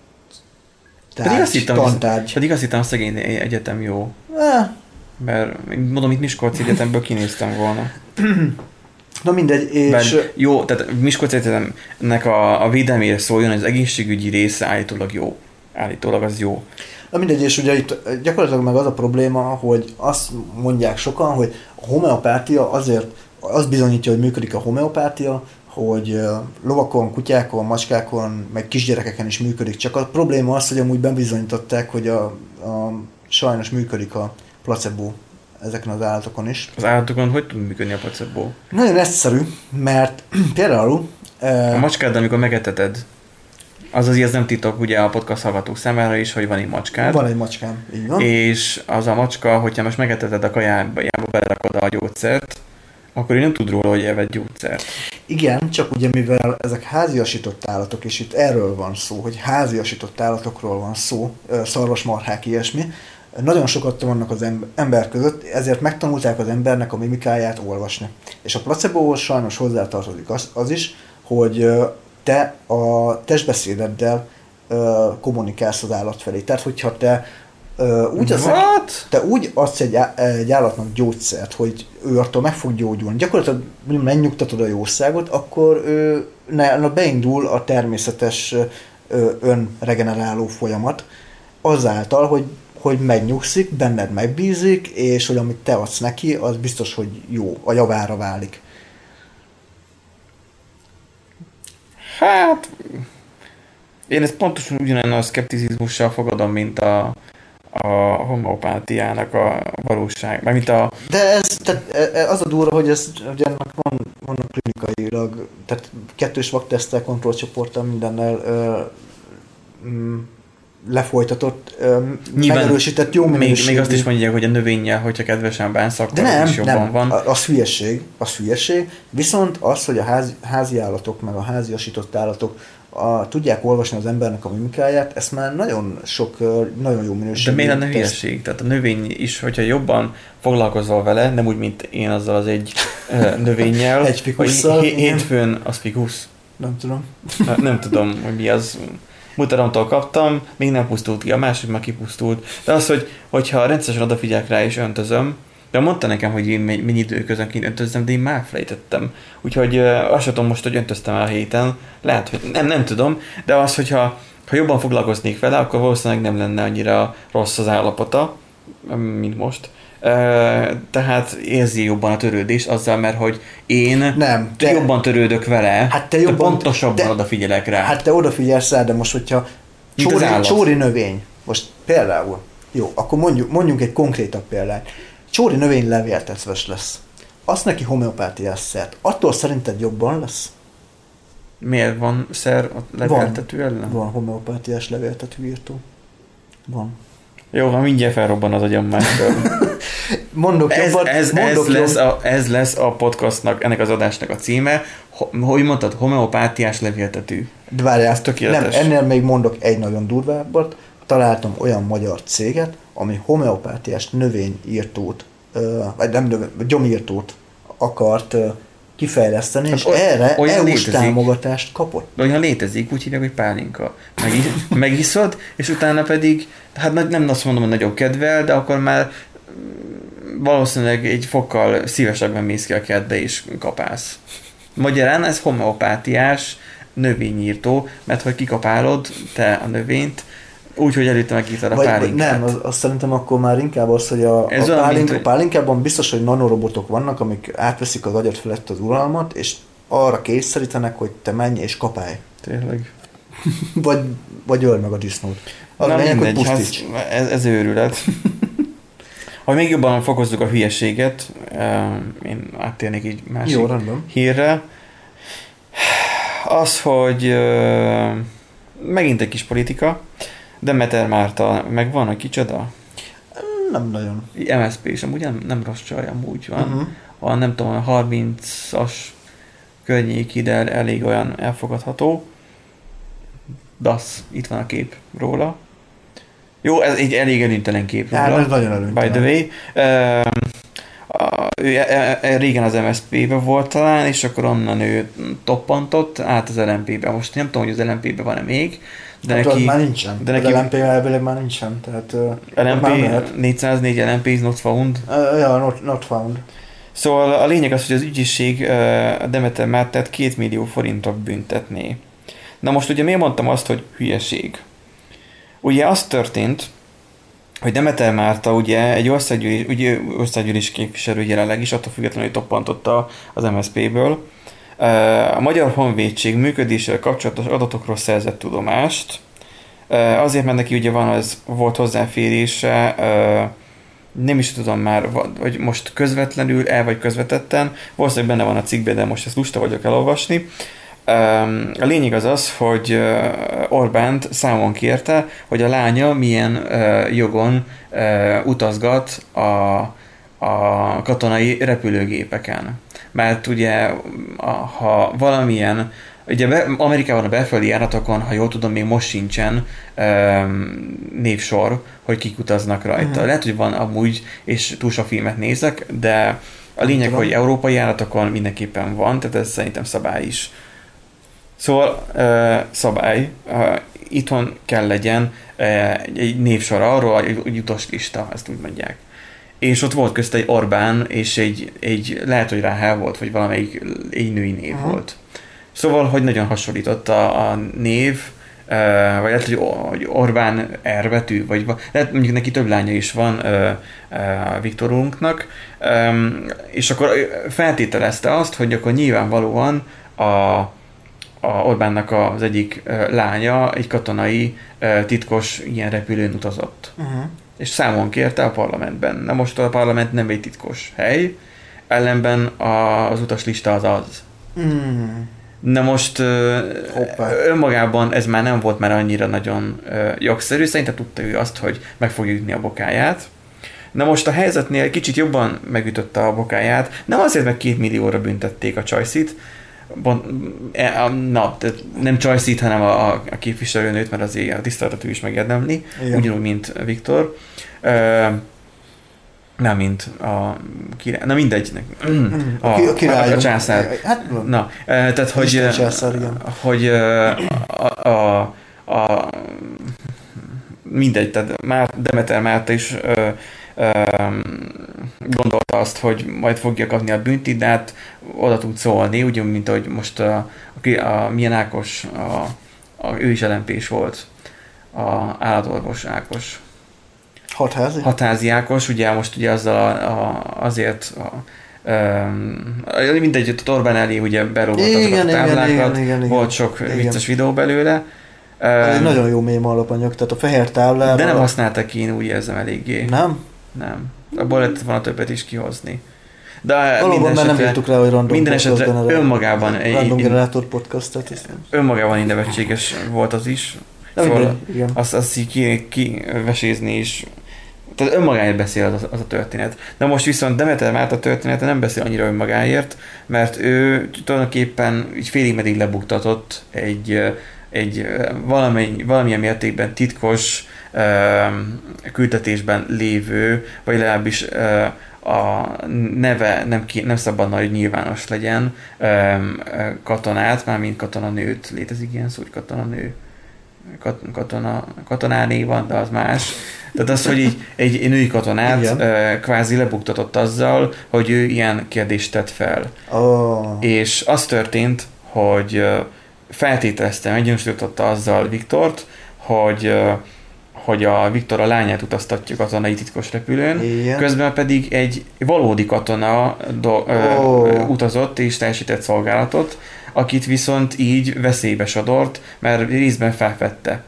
tantárgy. Pedig azt hittem, a Szegedi Egyetem jó. Mert mondom, itt Miskolci Egyetemből kinéztem volna. Na mindegy, és... Jó, tehát Miskolci Egyetemnek a védelmére szóljon, hogy az egészségügyi része állítólag jó. Állítólag az jó. Na mindegy, és ugye itt gyakorlatilag meg az a probléma, hogy azt mondják sokan, hogy a homeopátia azért az bizonyítja, hogy működik a homeopátia, hogy lovakon, kutyákon, macskákon, meg kisgyerekeken is működik. Csak a probléma az, hogy amúgy bebizonyították, hogy sajnos működik a placebo ezeken az állatokon is. Az állatokon hogy tud működni a placebo? Nagyon egyszerű, mert például... A macskád, amikor megeteted, az azért nem titok ugye a podcast hallgatók számára is, hogy van egy macskád. Van egy macskám, így van. És az a macska, hogyha most megeteted a kajába, belerakod a gyógyszert, akkor ő nem tud róla, hogy elvett gyógyszert. Igen, csak ugye mivel ezek háziasított állatok, és itt erről van szó, hogy háziasított állatokról van szó, szarvasmarhák, ilyesmi, nagyon sokat vannak az ember között, ezért megtanulták az embernek a mimikáját olvasni. És a placebohoz sajnos hozzátartozik az is, hogy te a testbeszédeddel kommunikálsz az állat felé. Tehát, hogyha te úgy adsz egy állatnak gyógyszert, hogy ő attól meg fog gyógyulni, gyakorlatilag megnyugtatod a jószágot, akkor beindul a természetes önregeneráló folyamat azáltal, hogy megnyugszik, benned megbízik, és hogy amit te adsz neki, az biztos, hogy jó, a javára válik. Hát, én ezt pontosan ugyanolyan a szkepticizmussal fogadom, mint a homeopátiának a valóság. De az a durva, hogy ugye ennek vannak klinikailag, tehát 2-s vakteszttel, kontrollcsoporttal, mindennel lefolytatott, megerősített jó minőségű. Még azt is mondják, hogy a növényel, hogyha kedvesen bánsz, akkor is jobban van. Az hülyeség. Viszont az, hogy a házi állatok, meg a háziasított állatok tudják olvasni az embernek a mimikáját, ezt már nagyon sok, nagyon jó minőségű. De miért lenne hülyeség? Tehát a növény is, hogyha jobban foglalkozol vele, nem úgy, mint én azzal az egy növényjel. Egy fikusszal. Hétfőn az fikusz. Nem tudom. Nem tudom, hogy mi az. Mutaromtól kaptam, még nem pusztult ki, a másik már kipusztult. De az, hogyha rendszeresen odafigyelek rá és öntözöm, de mondta nekem, hogy én mennyi időközönként öntözzem, de én már felejtettem. Úgyhogy azt sem tudom most, hogy öntöztem el a héten. Lehet, hogy nem tudom, de az, hogyha jobban foglalkoznék vele, akkor valószínűleg nem lenne annyira rossz az állapota, mint most. Tehát érzi jobban a törődés azzal, mert hogy én jobban törődök vele, hát te jobban, pontosabban odafigyelek rá. Hát te odafigyelsz rá, de most, hogyha csóri növény, most például, jó, akkor mondjuk egy konkrétabb példát. Csóri növény levéltetves lesz. Azt neki homeopátiás szert. Attól szerinted jobban lesz? Miért van szer a levéltető ellen? Van homeopátiás levéltetőírtó. Van. Jó, ha mindjárt felrobban az agyam mástól. Ez lesz a podcastnak, ennek az adásnak a címe. Hogy mondtad? Homeopátiás levéltető. De várjál, tökéletes. Nem, ennél még mondok egy nagyon durvábbat. Találtam olyan magyar céget, ami homeopátiás növényírtót, vagy nem gyomírtót akart kifejleszteni, és erre EU-s támogatást kapott. Olyan létezik, úgy hívják, hogy pálinka. Megiszod, és utána pedig, hát nem azt mondom, hogy nagyobb kedvel, de akkor már valószínűleg egy fokkal szívesebben mész ki a kertbe és kapálsz. Magyarán ez homeopátiás növényírtó, mert hogy kikapálod te a növényt, úgy, hogy előtte megírtad a pálinkát. Nem, azt szerintem akkor már inkább az, hogy a pálinkában biztos, hogy nanorobotok vannak, amik átveszik az agyat felett az uralmat, és arra kényszerítenek, hogy te menj és kapálj. Tényleg. vagy öld meg a disznót. Az na lényeg, mindegy, ez őrület. Ha még jobban fokozzuk a hülyeséget, én áttérnék így másik hírre. Az, hogy megint egy kis politika, Demeter Márta megvan, hogy kicsoda? Nem nagyon. MSZP is, amúgy nem rossz csaj, amúgy van. A nem tudom, a 30-as környék, de elég olyan elfogadható. DASZ, itt van a kép róla. Jó, ez egy elég előnytelen kép róla. Ja, ez nagyon előnytelen. By the way. Ő régen az MSZP-be volt talán, és akkor onnan ő toppantott át az LMP-be. Most nem tudom, hogy az LMP-be van-e még. De hát neki, már nincsen. De neki, az LMP elvileg már nincsen. Tehát, LMP 404 LMP is not found. Ja, not found. Szóval a lényeg az, hogy az ügyészség Demeter Mártát 2 millió forintra büntetné. Na most ugye miért mondtam azt, hogy hülyeség? Ugye az történt, hogy Demeter Márta ugye egy országgyűlés képviselő jelenleg is, attól függetlenül, hogy toppantotta az MSZP-ből. A Magyar Honvédség működésével kapcsolatos adatokról szerzett tudomást. Azért, mert neki ugye volt hozzáférése, nem is tudom már, vagy most közvetlenül, vagy közvetetten, valószínűleg benne van a cikkben, de most ezt lusta vagyok elolvasni. A lényeg az, hogy Orbánt számon kérte, hogy a lánya milyen jogon utazgat a katonai repülőgépeken. Mert ugye, ha valamilyen, ugye Amerikában a belföldi járatokon, ha jól tudom, még most sincsen névsor, hogy kik utaznak rajta. Lehet, hogy van amúgy, és túl sok filmet nézek, de a lényeg, hogy európai járatokon mindenképpen van, tehát ez szerintem szabály is. Szóval szabály, itthon kell legyen egy névsor arról, egy utaslista, ezt úgy mondják. És ott volt közt egy Orbán, és egy lehet, hogy Ráhel volt, vagy valamelyik egy női név volt. Szóval, hogy nagyon hasonlított a név, vagy lehet, hogy Orbán R betű, vagy lehet, mondjuk neki több lánya is van Viktor úrunknak, és akkor feltételezte azt, hogy akkor nyilvánvalóan a Orbánnak az egyik lánya egy katonai titkos ilyen repülőn utazott. És számon kérte a parlamentben. Na most a parlament nem egy titkos hely, ellenben az utaslista az. Na most önmagában ez már nem volt már annyira nagyon jogszerű, szerintem tudta ő azt, hogy meg fogja ütni a bokáját. Na most a helyzetnél kicsit jobban megütötte a bokáját, nem azért, mert 2 millióra büntették a csajszit, nem Joyce-t, hanem a képviselőnőt, mert azért a tiszteletet ő is megérdemli, ugyanúgy, mint Viktor. Nem, mint a király. Na mindegy. A király. A császár. Hát, na, tehát hogy, császár, igen. hogy mindegy, tehát Demeter Márta is gondolta azt, hogy majd fogja kapni a büntit, de hát oda tud szólni, ugyanúgy, mint ahogy most a milyen Ákos, ő is LMP-s volt, a állatorvos Ákos. Hatházi Ákos, ugye most ugye azzal azért mindegy, a Orbán elé ugye berúgott azokat a táblákat, volt sok vicces videó belőle. Ez egy nagyon jó mém alapanyag, tehát a fehér táblában... De nem használtak én, úgy érzem eléggé. Nem? Nem. Abból lett volna többet is kihozni. De valóban már nem írtuk rá, hogy minden esetre önmagában Random Generator Podcast. Önmagában nevetséges volt az is. Szóval azt így kivesézni is. Tehát önmagáért beszél az a történet. De most viszont Demeter Márta története nem beszél annyira önmagáért, mert ő tulajdonképpen így félig meddig lebuktatott egy valamilyen mértékben titkos küldetésben lévő, vagy legalábbis a neve nem szabadna, hogy nyilvános legyen katonát, mármint katonanőt, létezik ilyen szó, hogy katonanő, katonáné van, de az más. Tehát az, hogy így egy női katonát kvázi lebuktatott azzal, hogy ő ilyen kérdést tett fel. És az történt, hogy feltételezte, meggyanúsította azzal Viktort, hogy a Viktor a lányát utaztatja katonai titkos repülőn, közben pedig egy valódi katona utazott és teljesített szolgálatot, akit viszont így veszélybe sodort, mert részben felfedte.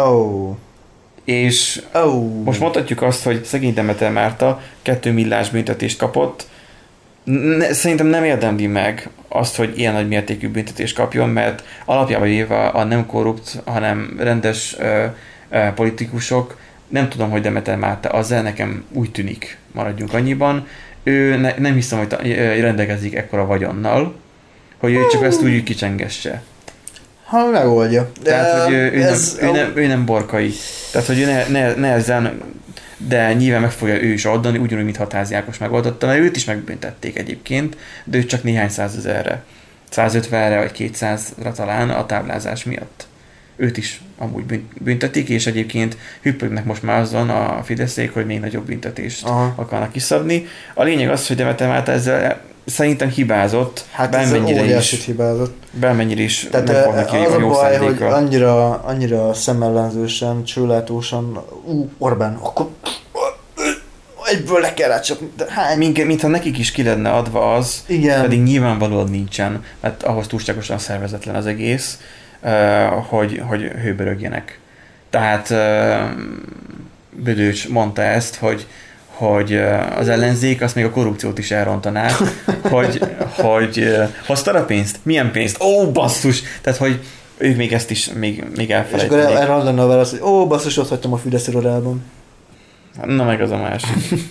És most mondhatjuk azt, hogy szegény Demeter Márta 2 milliárd büntetést kapott. Szerintem nem érdemli meg azt, hogy ilyen nagy mértékű büntetést kapjon, mert alapjában véve a nem korrupt, hanem rendes politikusok, nem tudom, hogy Demeter Márta azzal, nekem úgy tűnik, maradjunk annyiban, ő nem hiszem, hogy rendelkezik ekkora vagyonnal, hogy ő csak ezt úgy kicsengesse. Ha megoldja. Tehát, hogy ő nem borkai. Tehát, hogy ő ne ezzel, de nyilván meg fogja ő is oldani, ugyanúgy, mint Hatházi Ákos megoldotta, mert őt is megbüntették egyébként, de ő csak néhány 100 000-re. 150-re vagy 200-ra talán a táblázás miatt. Őt is amúgy büntetik, és egyébként hüppögnek most már azon a Fideszék, hogy még nagyobb büntetést akarnak kiszabni. A lényeg az, hogy Demeter Márta ezzel szerintem hibázott, hát bármennyire is hibázott. Bármennyire is tehát megfognak ki a jó baj, hogy annyira szemellenzősen, csőlátósan, Orbán, akkor egyből le kell rácsapni. Mintha nekik is ki lenne adva az, igen. Pedig nyilvánvalóan nincsen, mert ahhoz túlságosan szervezetlen az egész, hogy hőbörögjenek. Tehát Bödöcs mondta ezt, hogy az ellenzék azt még a korrupciót is elrontaná, hogy hoztad a pénzt? Milyen pénzt? Ó, basszus! Tehát, hogy ők még ezt is még elfelejtenék. És akkor erre az lenne a válasz, hogy basszus, ott hagytam a Fidesz irodában. Na meg az a másik.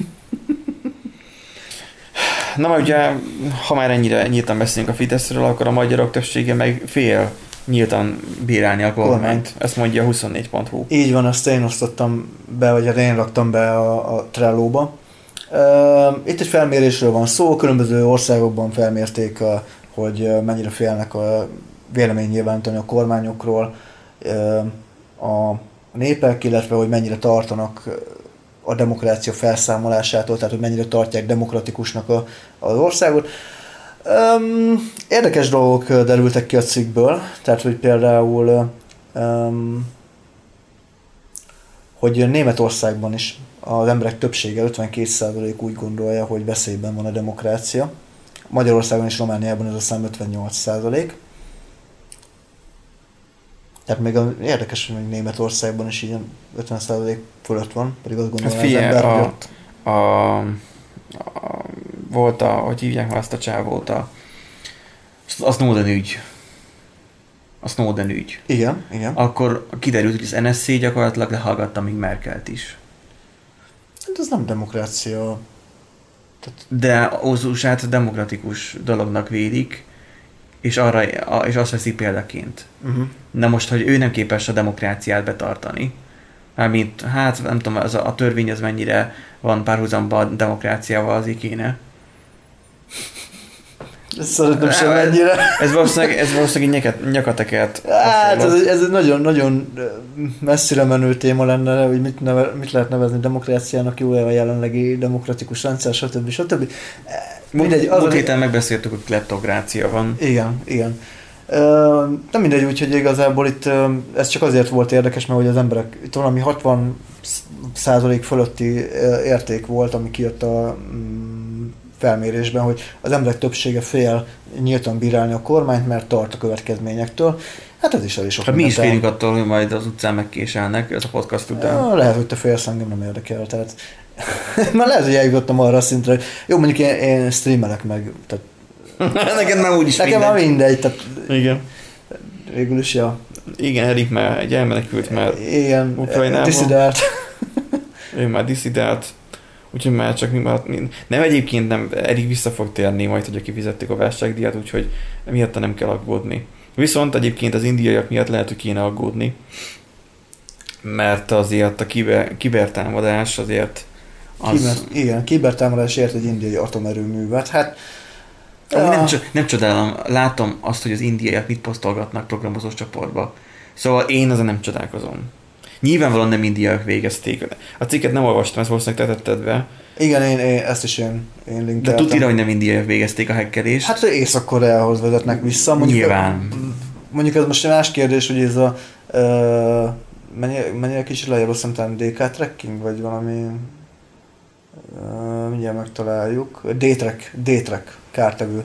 Na majd ugye, ha már ennyire nyíltan beszélünk a Fideszről, akkor a magyarok többsége meg fél nyíltan bírálni a kormányt. Ezt mondja a 24.hu. Így van, azt én osztottam be, vagy hát én raktam be a Trello-ba. Itt egy felmérésről van szó, különböző országokban felmérték, hogy mennyire félnek a véleménynyilvánítani a kormányokról a népek, illetve hogy mennyire tartanak a demokrácia felszámolásától, tehát hogy mennyire tartják demokratikusnak az országot. Érdekes dolgok derültek ki a cikkből, tehát hogy például hogy Németországban is az emberek többsége, 52% úgy gondolja, hogy veszélyben van a demokrácia. Magyarországon és Romániában ez a szám 58%. Tehát még érdekes, hogy Németországban is ilyen 50% fölött van, pedig azt gondolom, az ember volt hogy hívják azt a csávót, a Snowden ügy. A Snowden ügy. Igen. Akkor kiderült, hogy az NSZ gyakorlatilag lehallgatta még Merkelt is. Hát ez nem demokrácia. De az USA-t demokratikus dolognak védik, és azt veszi példaként. Na most, hogy ő nem képes a demokráciát betartani, mármint, hát nem tudom, a törvény az mennyire van párhuzamban a demokráciával, azért kéne. Szerintem sem ennyire. Ez valószínűleg nyakatekert. Hát ez egy nagyon messzire menő téma lenne, hogy mit lehet nevezni demokráciának, jó-e a jelenlegi demokratikus rendszer, stb. Múlt héten megbeszéltük, hogy kleptokrácia van. Igen. Nem mindegy, úgyhogy igazából itt ez csak azért volt érdekes, mert hogy az emberek, itt valami 60% fölötti érték volt, ami kijött a felmérésben, hogy az emberek többsége fél nyíltan bírálni a kormányt, mert tart a következményektől. Hát ez is elég sok. Hát mi is félünk attól, hogy majd az utcán megkéselnek, ez a podcast után. Lehet, hogy te félsz, engem nem érdekel. Tehát már lehet, hogy eljutottam arra a szintre, hogy jó, mondjuk én streamelek meg. Tehát neked már úgyis nekem már mindegy. Tehát igen. Végül is, ja. Igen, Erik már egy elmenekült már Ukrajnába. Diszidált. Ő már diszidált. Úgyhogy már csak mi maradt. Nem, egyébként nem, Erik vissza fog térni majd, hogy kifizettük a válságdíjat, úgyhogy miatta nem kell aggódni. Viszont egyébként az indiaiak miatt lehet, hogy kéne aggódni, mert azért a kibertámadás azért igen, kibertámadás ért egy indiai atomerőművet. Hát nem csodálom, látom azt, hogy az indiaiak mit posztolgatnak programozós csoportba. Szóval én azon nem csodálkozom. Nyilvánvalóan nem indiaiak végezték. A cikket nem olvastam, ezt valószínűleg te tetted be. Igen, ezt is én linkeltem. De tudtira, hogy nem indiaiak végezték a hackelést. Hát Észak-Koreához vezetnek vissza. Nyilván. Mondjuk ez most egy más kérdés, hogy ez a mennyire kicsit lejjebb, azt hiszem DK tracking, vagy valami mindjárt megtaláljuk. D-track kártevő.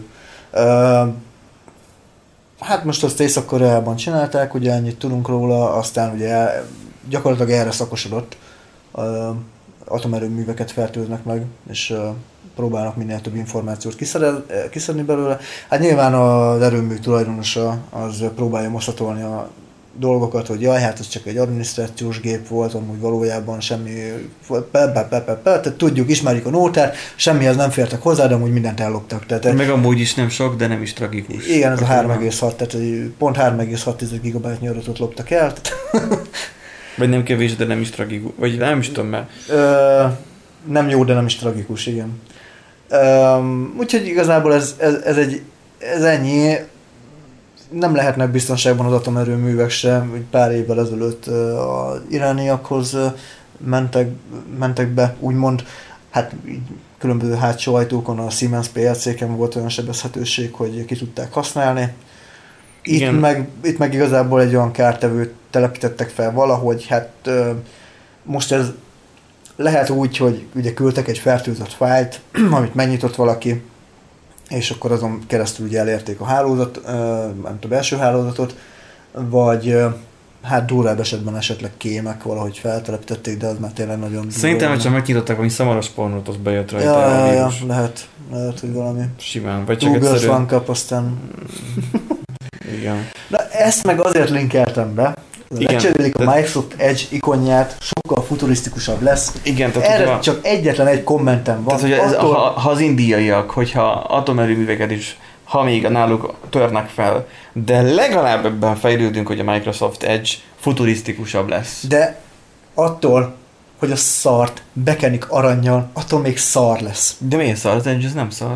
Hát most azt Észak-Koreában csinálták, ugye ennyit tudunk róla, aztán ugye gyakorlatilag erre szakosodott. Atomerőműveket fertőznek meg, és próbálnak minél több információt kiszedni belőle. Hát nyilván az erőmű tulajdonosa az próbálja moszatolni a dolgokat, hogy jaj, hát ez csak egy adminisztrációs gép volt, amúgy valójában semmi, tehát tudjuk, ismerjük a nótát, semmihez nem fértek hozzá, de amúgy mindent elloptak. Tehát, meg amúgy is nem sok, de nem is tragikus. Igen, ez a 3,6, tehát pont 3,6 GB adatot loptak el. Vagy nem kevés, de nem is tragikus. Vagy nem is tudom már. Nem jó, de nem is tragikus, igen. Úgyhogy igazából ez ennyi. Nem lehetnek biztonságban az atomerőművek sem. Pár évvel ezelőtt az irániakhoz mentek be, úgymond, hát különböző hátsó ajtókon a Siemens PLC-ken volt olyan sebezhetőség, hogy ki tudták használni. Itt meg igazából egy olyan kártevőt telepítettek fel valahogy, hát most ez lehet úgy, hogy ugye küldtek egy fertőzött fájlt, amit megnyitott valaki, és akkor azon keresztül ugye elérték a hálózat, nem a belső hálózatot, vagy hát durvább esetben esetleg kémek valahogy feltelepítették, de az már tényleg nagyon... Szerintem, hogy csak megnyitottak valami szamaras pornót, az bejött rajta a vírus. Lehet, hogy valami... Simán, vagy csak Google One Cup, aztán... Igen. Na ezt meg azért linkeltem be, lecserélik a Microsoft Edge ikonját, sokkal futurisztikusabb lesz. Igen, tehát erre csak egyetlen egy kommentem van. Tehát, hogy ha az indiaiak, hogyha atomerőműveket is, ha még náluk törnek fel, de legalább ebben fejlődünk, hogy a Microsoft Edge futurisztikusabb lesz. De attól, hogy a szart bekenik arannyal, attól még szar lesz. De miért szar? Az Edge ez nem szar.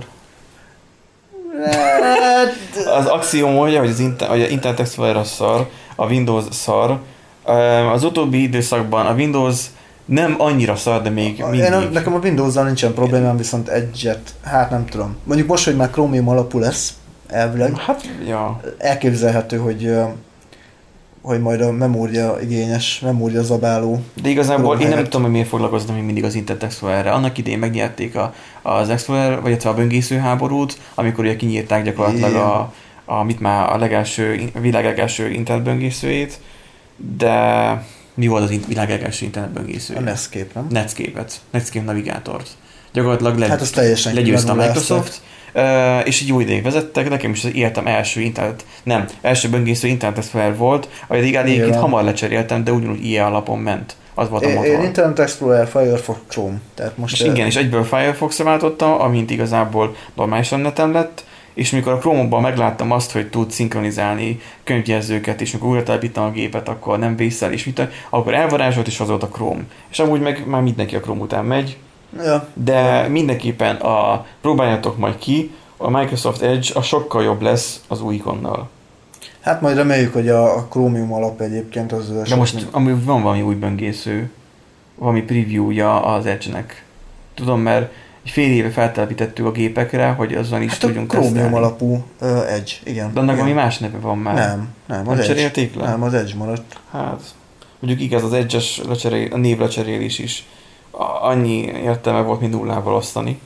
Az Axiom mondja, hogy az Internet Explorer az szar, a Windows szar. Az utóbbi időszakban a Windows nem annyira szar, de még mindig. Nekem a Windows-zal nincsen problémám, viszont Edge-et, hát nem tudom. Mondjuk most, hogy már Chromium alapú lesz, elvileg. Hát, ja. Elképzelhető, hogy majd a memória zabáló. De igazából én nem tudom, hogy miért foglalkoztam még mindig az Internet Explorer-re. Annak idején megnyerték az Explorer, vagy a böngésző háborút, amikor ugye kinyírták gyakorlatilag a világ legelső internet böngészőjét, de mi volt az világ legelső internet böngészője? A Netscape, nem? Netscape navigátort. Gyakorlatilag legyőzte a Microsoft, és egy jó ideig vezettek, nekem is az életem első böngésző Internet Explorer volt, ahogy egyébként hamar lecseréltem, de ugyanúgy IE alapon ment. Az volt a motor. Én Internet Explorer, Firefox, Chrome. Tehát most és igen, és egyből Firefoxra váltottam, amint igazából normálisan netem lett, és mikor a Chrome-ban megláttam azt, hogy tud szinkronizálni könyvjelzőket, és amikor újra telepítem a gépet, akkor nem vészel, és mit, akkor elvarázsolt, és az volt a Chrome. És amúgy meg már mindenki a Chrome után megy, Ja. de mindenképpen próbáljátok majd ki, a Microsoft Edge a sokkal jobb lesz az új ikonnal. Hát majd reméljük, hogy a Chromium alap egyébként az... De most amúgy van valami új böngésző, valami preview-ja az Edge-nek. Tudom, mert egy fél éve feltelepítettük a gépekre, hogy azzal is tudjunk Chromium tesztelni. alapú Edge, igen. De annak igen. valami más neve van már. Nem, Nem cserélték le? Nem, az Edge maradt. Hát, mondjuk igaz, az Edge-es a névlecserélés is annyi értelme volt, mint nullával osztani.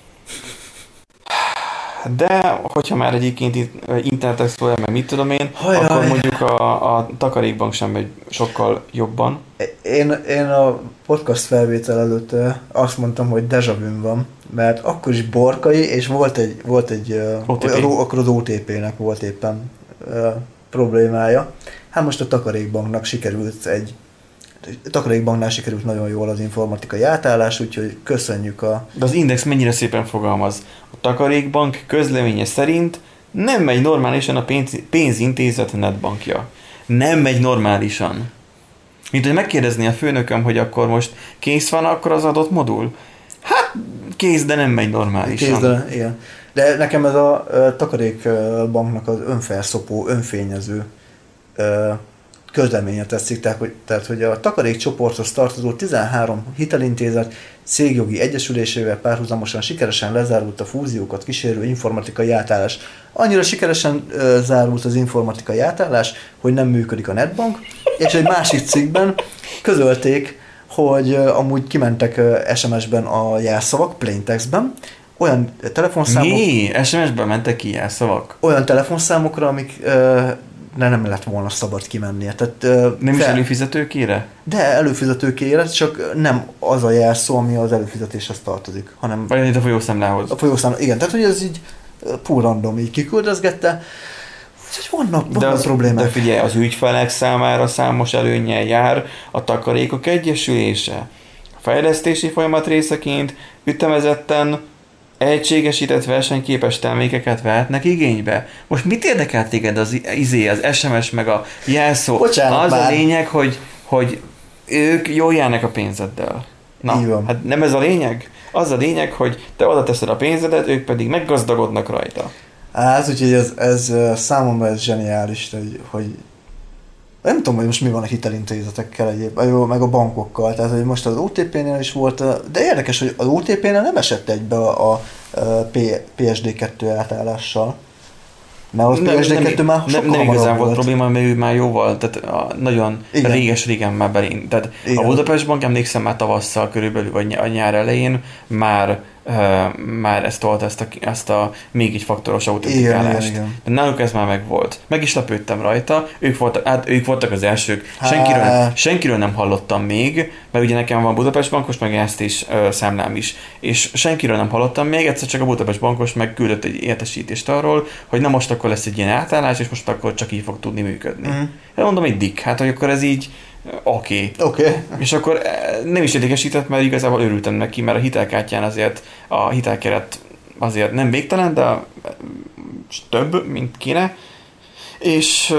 De, hogyha már egyébként Internet Explorer, meg mit tudom én, akkor mondjuk a takarékbank sem megy sokkal jobban. Én a podcast felvétel előtt azt mondtam, hogy déjà vu van, mert akkor is Borkai, és volt egy akkor az OTP-nek volt éppen problémája. Hát most a takarékbanknak takarékbanknál sikerült nagyon jól az informatikai átállás, úgyhogy köszönjük De az Index mennyire szépen fogalmaz. A takarékbank közleménye szerint nem megy normálisan a pénzintézet netbankja. Nem megy normálisan. Mint hogy megkérdezné a főnököm, hogy akkor most kész van akkor az adott modul? Hát kész, de nem megy normálisan. Kész, de igen. De nekem ez a takarékbanknak az önfelszopó, önfényező közleménye tetszik, tehát hogy a takarékcsoporthoz tartozó 13 hitelintézet cégjogi egyesülésével párhuzamosan sikeresen lezárult a fúziókat kísérő informatikai átállás. Annyira sikeresen zárult az informatikai átállás, hogy nem működik a netbank, és egy másik cikkben közölték, hogy amúgy kimentek SMS-ben a jelszavak, plaintextben, olyan telefonszámok... Mi? SMS-ben mentek ki jelszavak? Olyan telefonszámokra, amik nem lett volna szabad kimennie. Tehát, nem is előfizetőkére? De előfizetőkére, csak nem az a jelszó, ami az előfizetéshez tartozik, hanem... Vagy itt a folyószámlához. A folyószámla, igen. Tehát, hogy ez így pur random így kiküldözgette. Úgyhogy vannak problémák. De figyelj, az ügyfelek számára számos előnnyel jár a takarékok egyesülése. A fejlesztési folyamat részeként ütemezetten egységesített versenyképes termékeket vehetnek igénybe. Most mit érdekel téged az SMS meg a jelszó? Bocsánat, az már. A lényeg, hogy ők jól járnak a pénzeddel. Na, hát nem ez a lényeg? Az a lényeg, hogy te oda teszed a pénzedet, ők pedig meggazdagodnak rajta. Hát, úgyhogy ez számomra ez zseniális, hogy nem tudom, hogy most mi van a hitelintézetekkel egyébként, meg a bankokkal, tehát hogy most az OTP-nél is volt, de érdekes, hogy az OTP-nél nem esett egybe a PSD2 átállással. Mert az PSD2 már sokkal nem igazán volt volt probléma, mert ő már jóval, tehát nagyon réges-régen már belén. Tehát igen. A Budapest Bank, emlékszem már tavasszal körülbelül, vagy a nyár elején már ezt tolta, ezt a még egy faktoros autentikálást. Igen. De náluk ez már megvolt. Meg is lepődtem rajta, ők voltak az elsők. Senkiről nem hallottam még, mert ugye nekem van Budapest Bankos, meg ezt is számlám is. És senkiről nem hallottam még, egyszer csak a Budapest Bankos megküldött egy értesítést arról, hogy na most akkor lesz egy ilyen átállás, és most akkor csak így fog tudni működni. Én mondom, egy dik, hát hogy akkor ez így oké. És akkor nem is érdekesített, mert igazából örültem neki, mert a hitelkártyán azért a hitelkeret azért nem végtelen, de több, mint kéne. És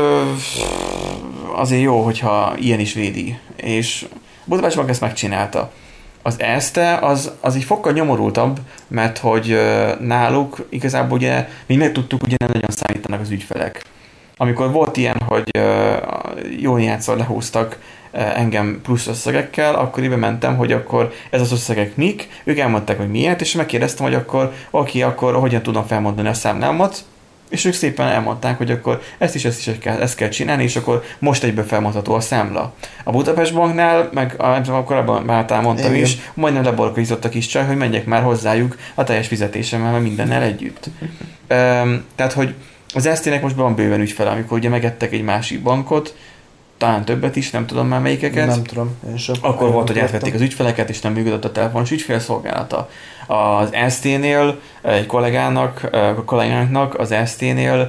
azért jó, hogyha ilyen is védi. És Budapest Bank ezt megcsinálta. Az Erste az egy fokkal nyomorultabb, mert hogy náluk igazából ugye mi megtudtuk, ugye nem nagyon számítanak az ügyfelek. Amikor volt ilyen, hogy jó néhányszor lehúztak engem plusz összegekkel, akkor így mentem, hogy akkor ez az összegek mik, ők elmondták, hogy miért, és megkérdeztem, hogy akkor akkor hogyan tudom felmondani a számlámat, és ők szépen elmondták, hogy akkor ezt kell csinálni, és akkor most egyből felmondható a számla. A Budapest Banknál, meg korábban már elmondtam is, majdnem leborkaizott a kis csaj, hogy menjek már hozzájuk a teljes fizetésemmel, mert mindennel együtt. Tehát, hogy az ST-nek most van bőven ügyfele, amikor ugye megettek egy másik bankot, talán többet is, nem tudom már melyikeket. Nem tudom, én sem. Akkor volt, hogy átvették az ügyfeleket, és nem működött a telefonos ügyfélszolgálata. Az ST-nél egy kollégánknak az ST-nél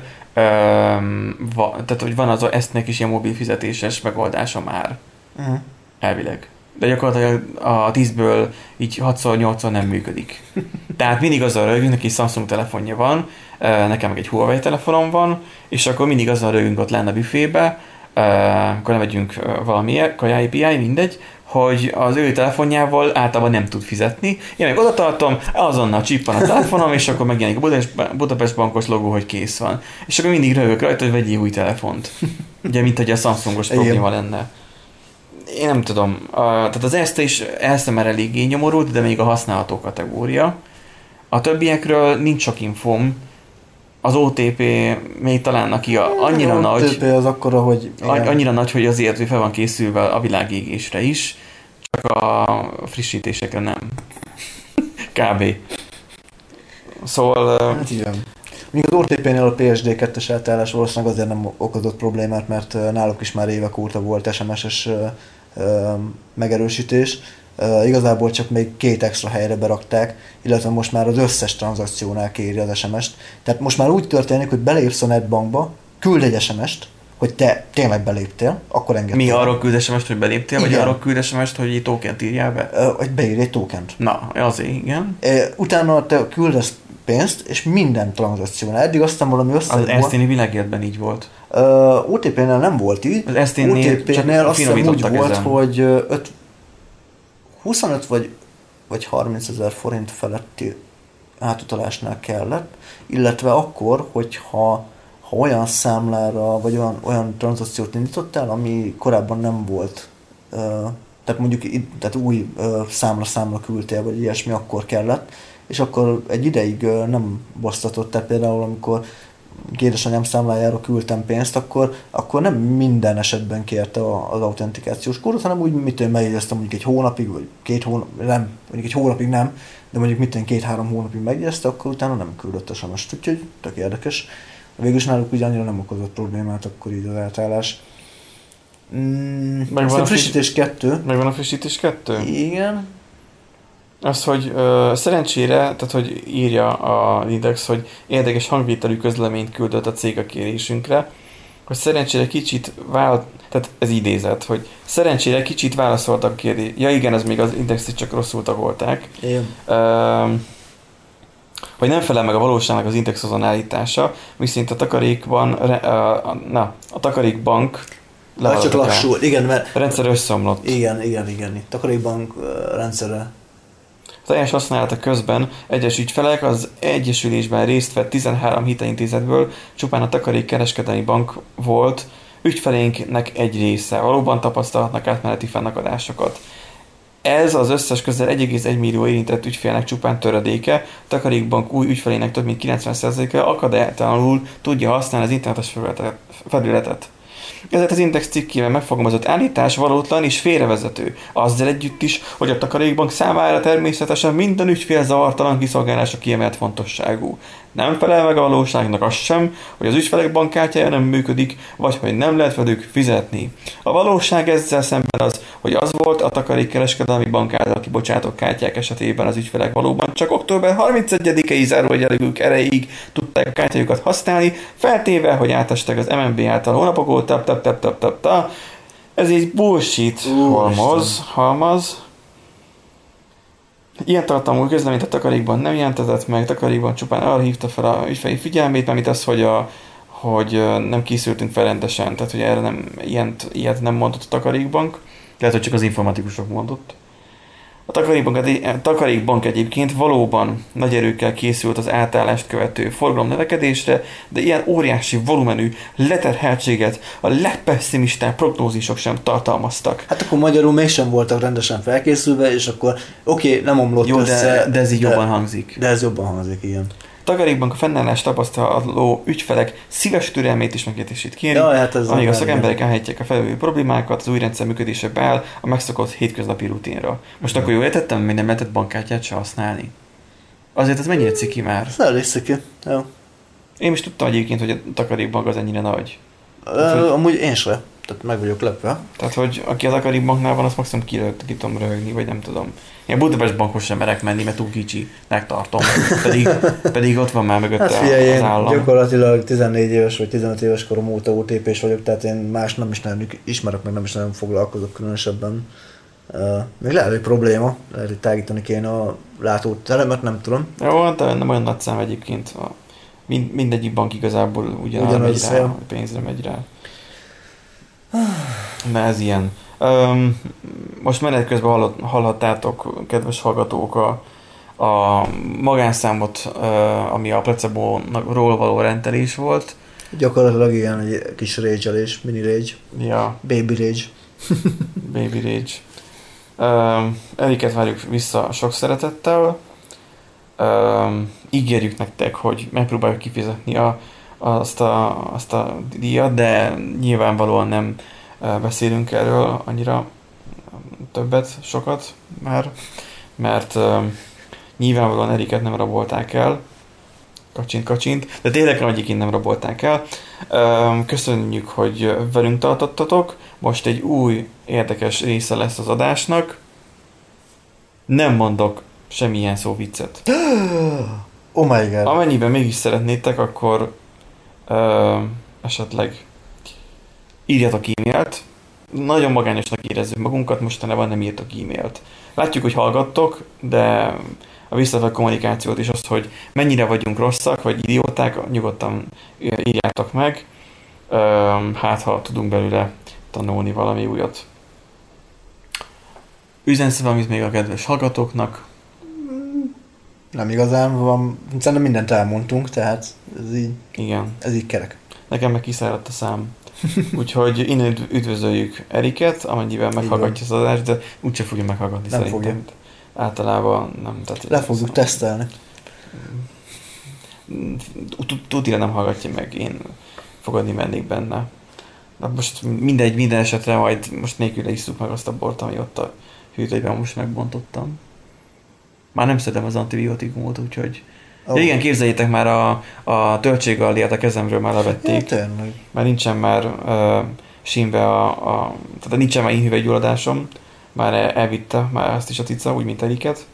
tehát, hogy van az ST-nek is ilyen mobil fizetéses megoldása már. Elvileg. De gyakorlatilag a 10-ből így 6-8-szor nem működik. Tehát mindig azzal rögtünk, neki Samsung telefonja van, nekem meg egy Huawei telefonom van, és akkor mindig azzal rögünk ott lenne a büfébe, akkor lemegyünk valami kajáj, piáj, mindegy, hogy az ő telefonjával általában nem tud fizetni. Én meg oda tartom, azonnal csippan a telefonom, és akkor megjelenik a Budapest bankos logó, hogy kész van. És akkor mindig röhögök rajta, hogy vegyél új telefont. Ugye, mint hogy a Samsungos probléma lenne. Én nem tudom. Tehát az Erste is már eléggé nyomorult, de még a használható kategória. A többiekről nincs sok infóm. Az OTP még talán aki annyira nagy... OTP az akkora, hogy... Annyira nagy, hogy azért hogy fel van készülve a világégésre is, csak a frissítésekre nem. Kb. Szóval... Hát igen. Még az OTP-nél a PSD2-es átállás valószínűleg azért nem okozott problémát, mert náluk is már évek óta volt SMS-es megerősítés. Igazából csak még 2 extra helyre berakták, illetve most már az összes tranzakciónál kéri az SMS-t. Tehát most már úgy történik, hogy belépsz a netbankba, küld egy SMS-t, hogy te tényleg beléptél, akkor engedtél. Mi arról küld SMS-t, hogy beléptél, igen. Vagy arról küld SMS-t, hogy egy tokent írjál be? Hogy beírj egy tokent. Na, azért, igen. Utána te küldesz pénzt, és minden tranzakciónál. Eddig aztán valami összeg az ST-nél világéletben így volt. OTP-nél nem volt így. Az ST-nél OTP-nél azt hiszem úgy volt, hogy 25 vagy 30 000 forint feletti átutalásnál kellett, illetve akkor, hogyha olyan számlára, vagy olyan tranzakciót indítottál, ami korábban nem volt, tehát mondjuk tehát új számla küldtél, vagy ilyesmi, akkor kellett, és akkor egy ideig nem basztatott, tehát például amikor édesanyám számlájára küldtem pénzt, akkor nem minden esetben kérte az autentikációs kódot, hanem úgy mitől megjegyeztem mondjuk egy hónapig, vagy 2 hónap, nem, mondjuk egy hónapig nem, de mondjuk mitől 2-3 hónapig megjegyezte, akkor utána nem küldött SMS-t, úgyhogy tök érdekes. Végülis náluk úgy annyira nem okozott problémát akkor így az átállás. Megvan a frissítés 2. Megvan a frissítés 2? Igen. Az, hogy szerencsére, tehát hogy írja a Index, hogy érdekes hangvételű közleményt küldött a cég a kérésünkre, hogy szerencsére kicsit tehát ez idézet, hogy szerencsére kicsit válaszoltak a kérdést. Ja igen, ez még az Indexet csak rosszul tagolták. Igen. Hogy nem felel meg a valóságnak az Index azon állítása, viszont a takarékban, a takarékbank csak lassul, igen, mert... A rendszer összeomlott. Igen. Itt takarékbank rendszere. Az teljes használata közben egyes ügyfelek az egyesülésben részt vett 13 hitelintézetből csupán a Takarékkereskedelmi Bank volt ügyfeleinknek egy része. Valóban tapasztalhatnak átmeneti fennakadásokat. Ez az összes közel 1,1 millió érintett ügyfélnek csupán töredéke, a Takarékbank új ügyfelének több mint 90%-a akadálytalanul tudja használni az internetes felületet. Ezért az Index cikkében megfogalmazott állítás valótlan és félrevezető. Azzal együtt is, hogy a Takarékbank számára természetesen minden ügyfél zavartalan kiszolgálása kiemelt fontosságú. Nem felel meg a valóságnak az sem, hogy az ügyfelek bankkártyája nem működik, vagy hogy nem lehet velük fizetni. A valóság ezzel szemben az, hogy az volt a Takarékkereskedelmi Bank által kibocsátott kártyák esetében az ügyfelek valóban csak október 31-i zárójellegük erejéig tudták a kártyájukat használni, feltéve, hogy átestek az MNB által hónapok óta, Ez egy bullshit halmaz. Ilyen tartalmú közleményt a Takarékban nem jelentetett meg, Takarékban csupán arra hívta fel a ügyfelei figyelmét, mert az, hogy nem készültünk fel rendesen, tehát hogy erre ilyet nem mondott a Takarékbank, lehet, hogy csak az informatikusok mondott. A Takarékbank egyébként valóban nagy erőkkel készült az átállást követő forgalomnövekedésre, de ilyen óriási volumenű leterheltséget a legpesszimistább prognózisok sem tartalmaztak. Hát akkor magyarul mégsem voltak rendesen felkészülve, és akkor nem omlott össze. De ez így jobban hangzik. De ez jobban hangzik, igen. Takarékbank a fennállást tapasztaló ügyfelek szíves türelmét és megértését kéri, amíg a szakemberek elhelyetják a felülő problémákat, az új rendszer működése beáll a megszokott hétköznapi rutinra. Most akkor jól értettem, hogy nem lehetett bankkártyát se használni. Azért ez mennyire ciki már? Ez elég ciki, jó. Én is tudtam egyébként, hogy a Takarékbank az ennyire nagy. Amúgy én sem. Tehát meg vagyok lepve. Tehát, hogy aki a Takarékbanknál van, azt maximum ki tudom röhögni, vagy nem tudom. Én Budapest bankhoz sem merek menni, mert túl kicsinek tartom. Pedig ott van már mögötte az állam. Gyakorlatilag 14 éves vagy 15 éves korom óta OTP-s vagyok, tehát én más nem is nagyon ismerek, meg nem is nagyon foglalkozok különösebben. Még lehet, hogy probléma, lehet, hogy tágítani kéne a látóteremet, nem tudom. Jó, de nem olyan nagy szám egyébként. mindegyik bank igazából ugyanarra megy rá, pénzre megy rá. Na ez ilyen. Most menet közben hallhattátok, kedves hallgatók, a magánszámot, ami a placebo-ról való rendelés volt. Gyakorlatilag ilyen egy kis rage-elés, mini rage. Ja. Baby rage. Baby rage. Eriket várjuk vissza sok szeretettel. Ígérjük nektek, hogy megpróbáljuk kifizetni azt a díjat, de nyilvánvalóan nem beszélünk erről annyira sokat már, mert nyilvánvalóan Eriket nem rabolták el, kacsint, de tényleg egyébként nem rabolták el. Köszönjük, hogy velünk tartottatok, most egy új érdekes része lesz az adásnak. Nem mondok semmilyen szóviccet. Oh my god. Amennyiben mégis szeretnétek, akkor esetleg írjatok e-mailt. Nagyon magányosnak érezzük magunkat, mostanában nem írtok e-mailt. Látjuk, hogy hallgattok, de a visszatett kommunikációt is azt, hogy mennyire vagyunk rosszak, vagy idióták, nyugodtan írjátok meg. Hát, ha tudunk belőle tanulni valami újat. Üzensz valamit még a kedves hallgatóknak? Nem igazán van, szerintem mindent elmondtunk, tehát ez így, igen. Ez így kerek. Nekem meg kiszáradt a szám. Úgyhogy innen üdvözöljük Eriket, amennyivel meghallgatja az adást, de úgyse fogja meghallgatni nem szerintem. Fogja. Általában nem. Tehát le fogjuk tesztelni. Tudira nem hallgatja meg, én fogadni mennék benne. De most minden esetre majd most nélkül isszuk meg azt a bort, ami ott a hűtőben most megbontottam. Már nem szedem az antibiotikumot, úgyhogy... Oh. Ja, igen, képzeljétek már a töltséggalliát a kezemről már levették. Ja, tényleg. Már nincsen már sínve tehát nincsen már inhüvelygyulladásom. Már elvitte már ezt is a cica, úgy mint Eriket.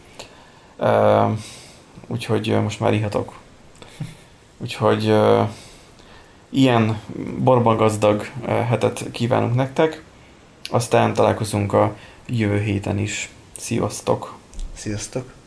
Úgyhogy most már ihatok. Úgyhogy ilyen borban gazdag hetet kívánunk nektek. Aztán találkozunk a jövő héten is. Sziasztok! Sziasztok!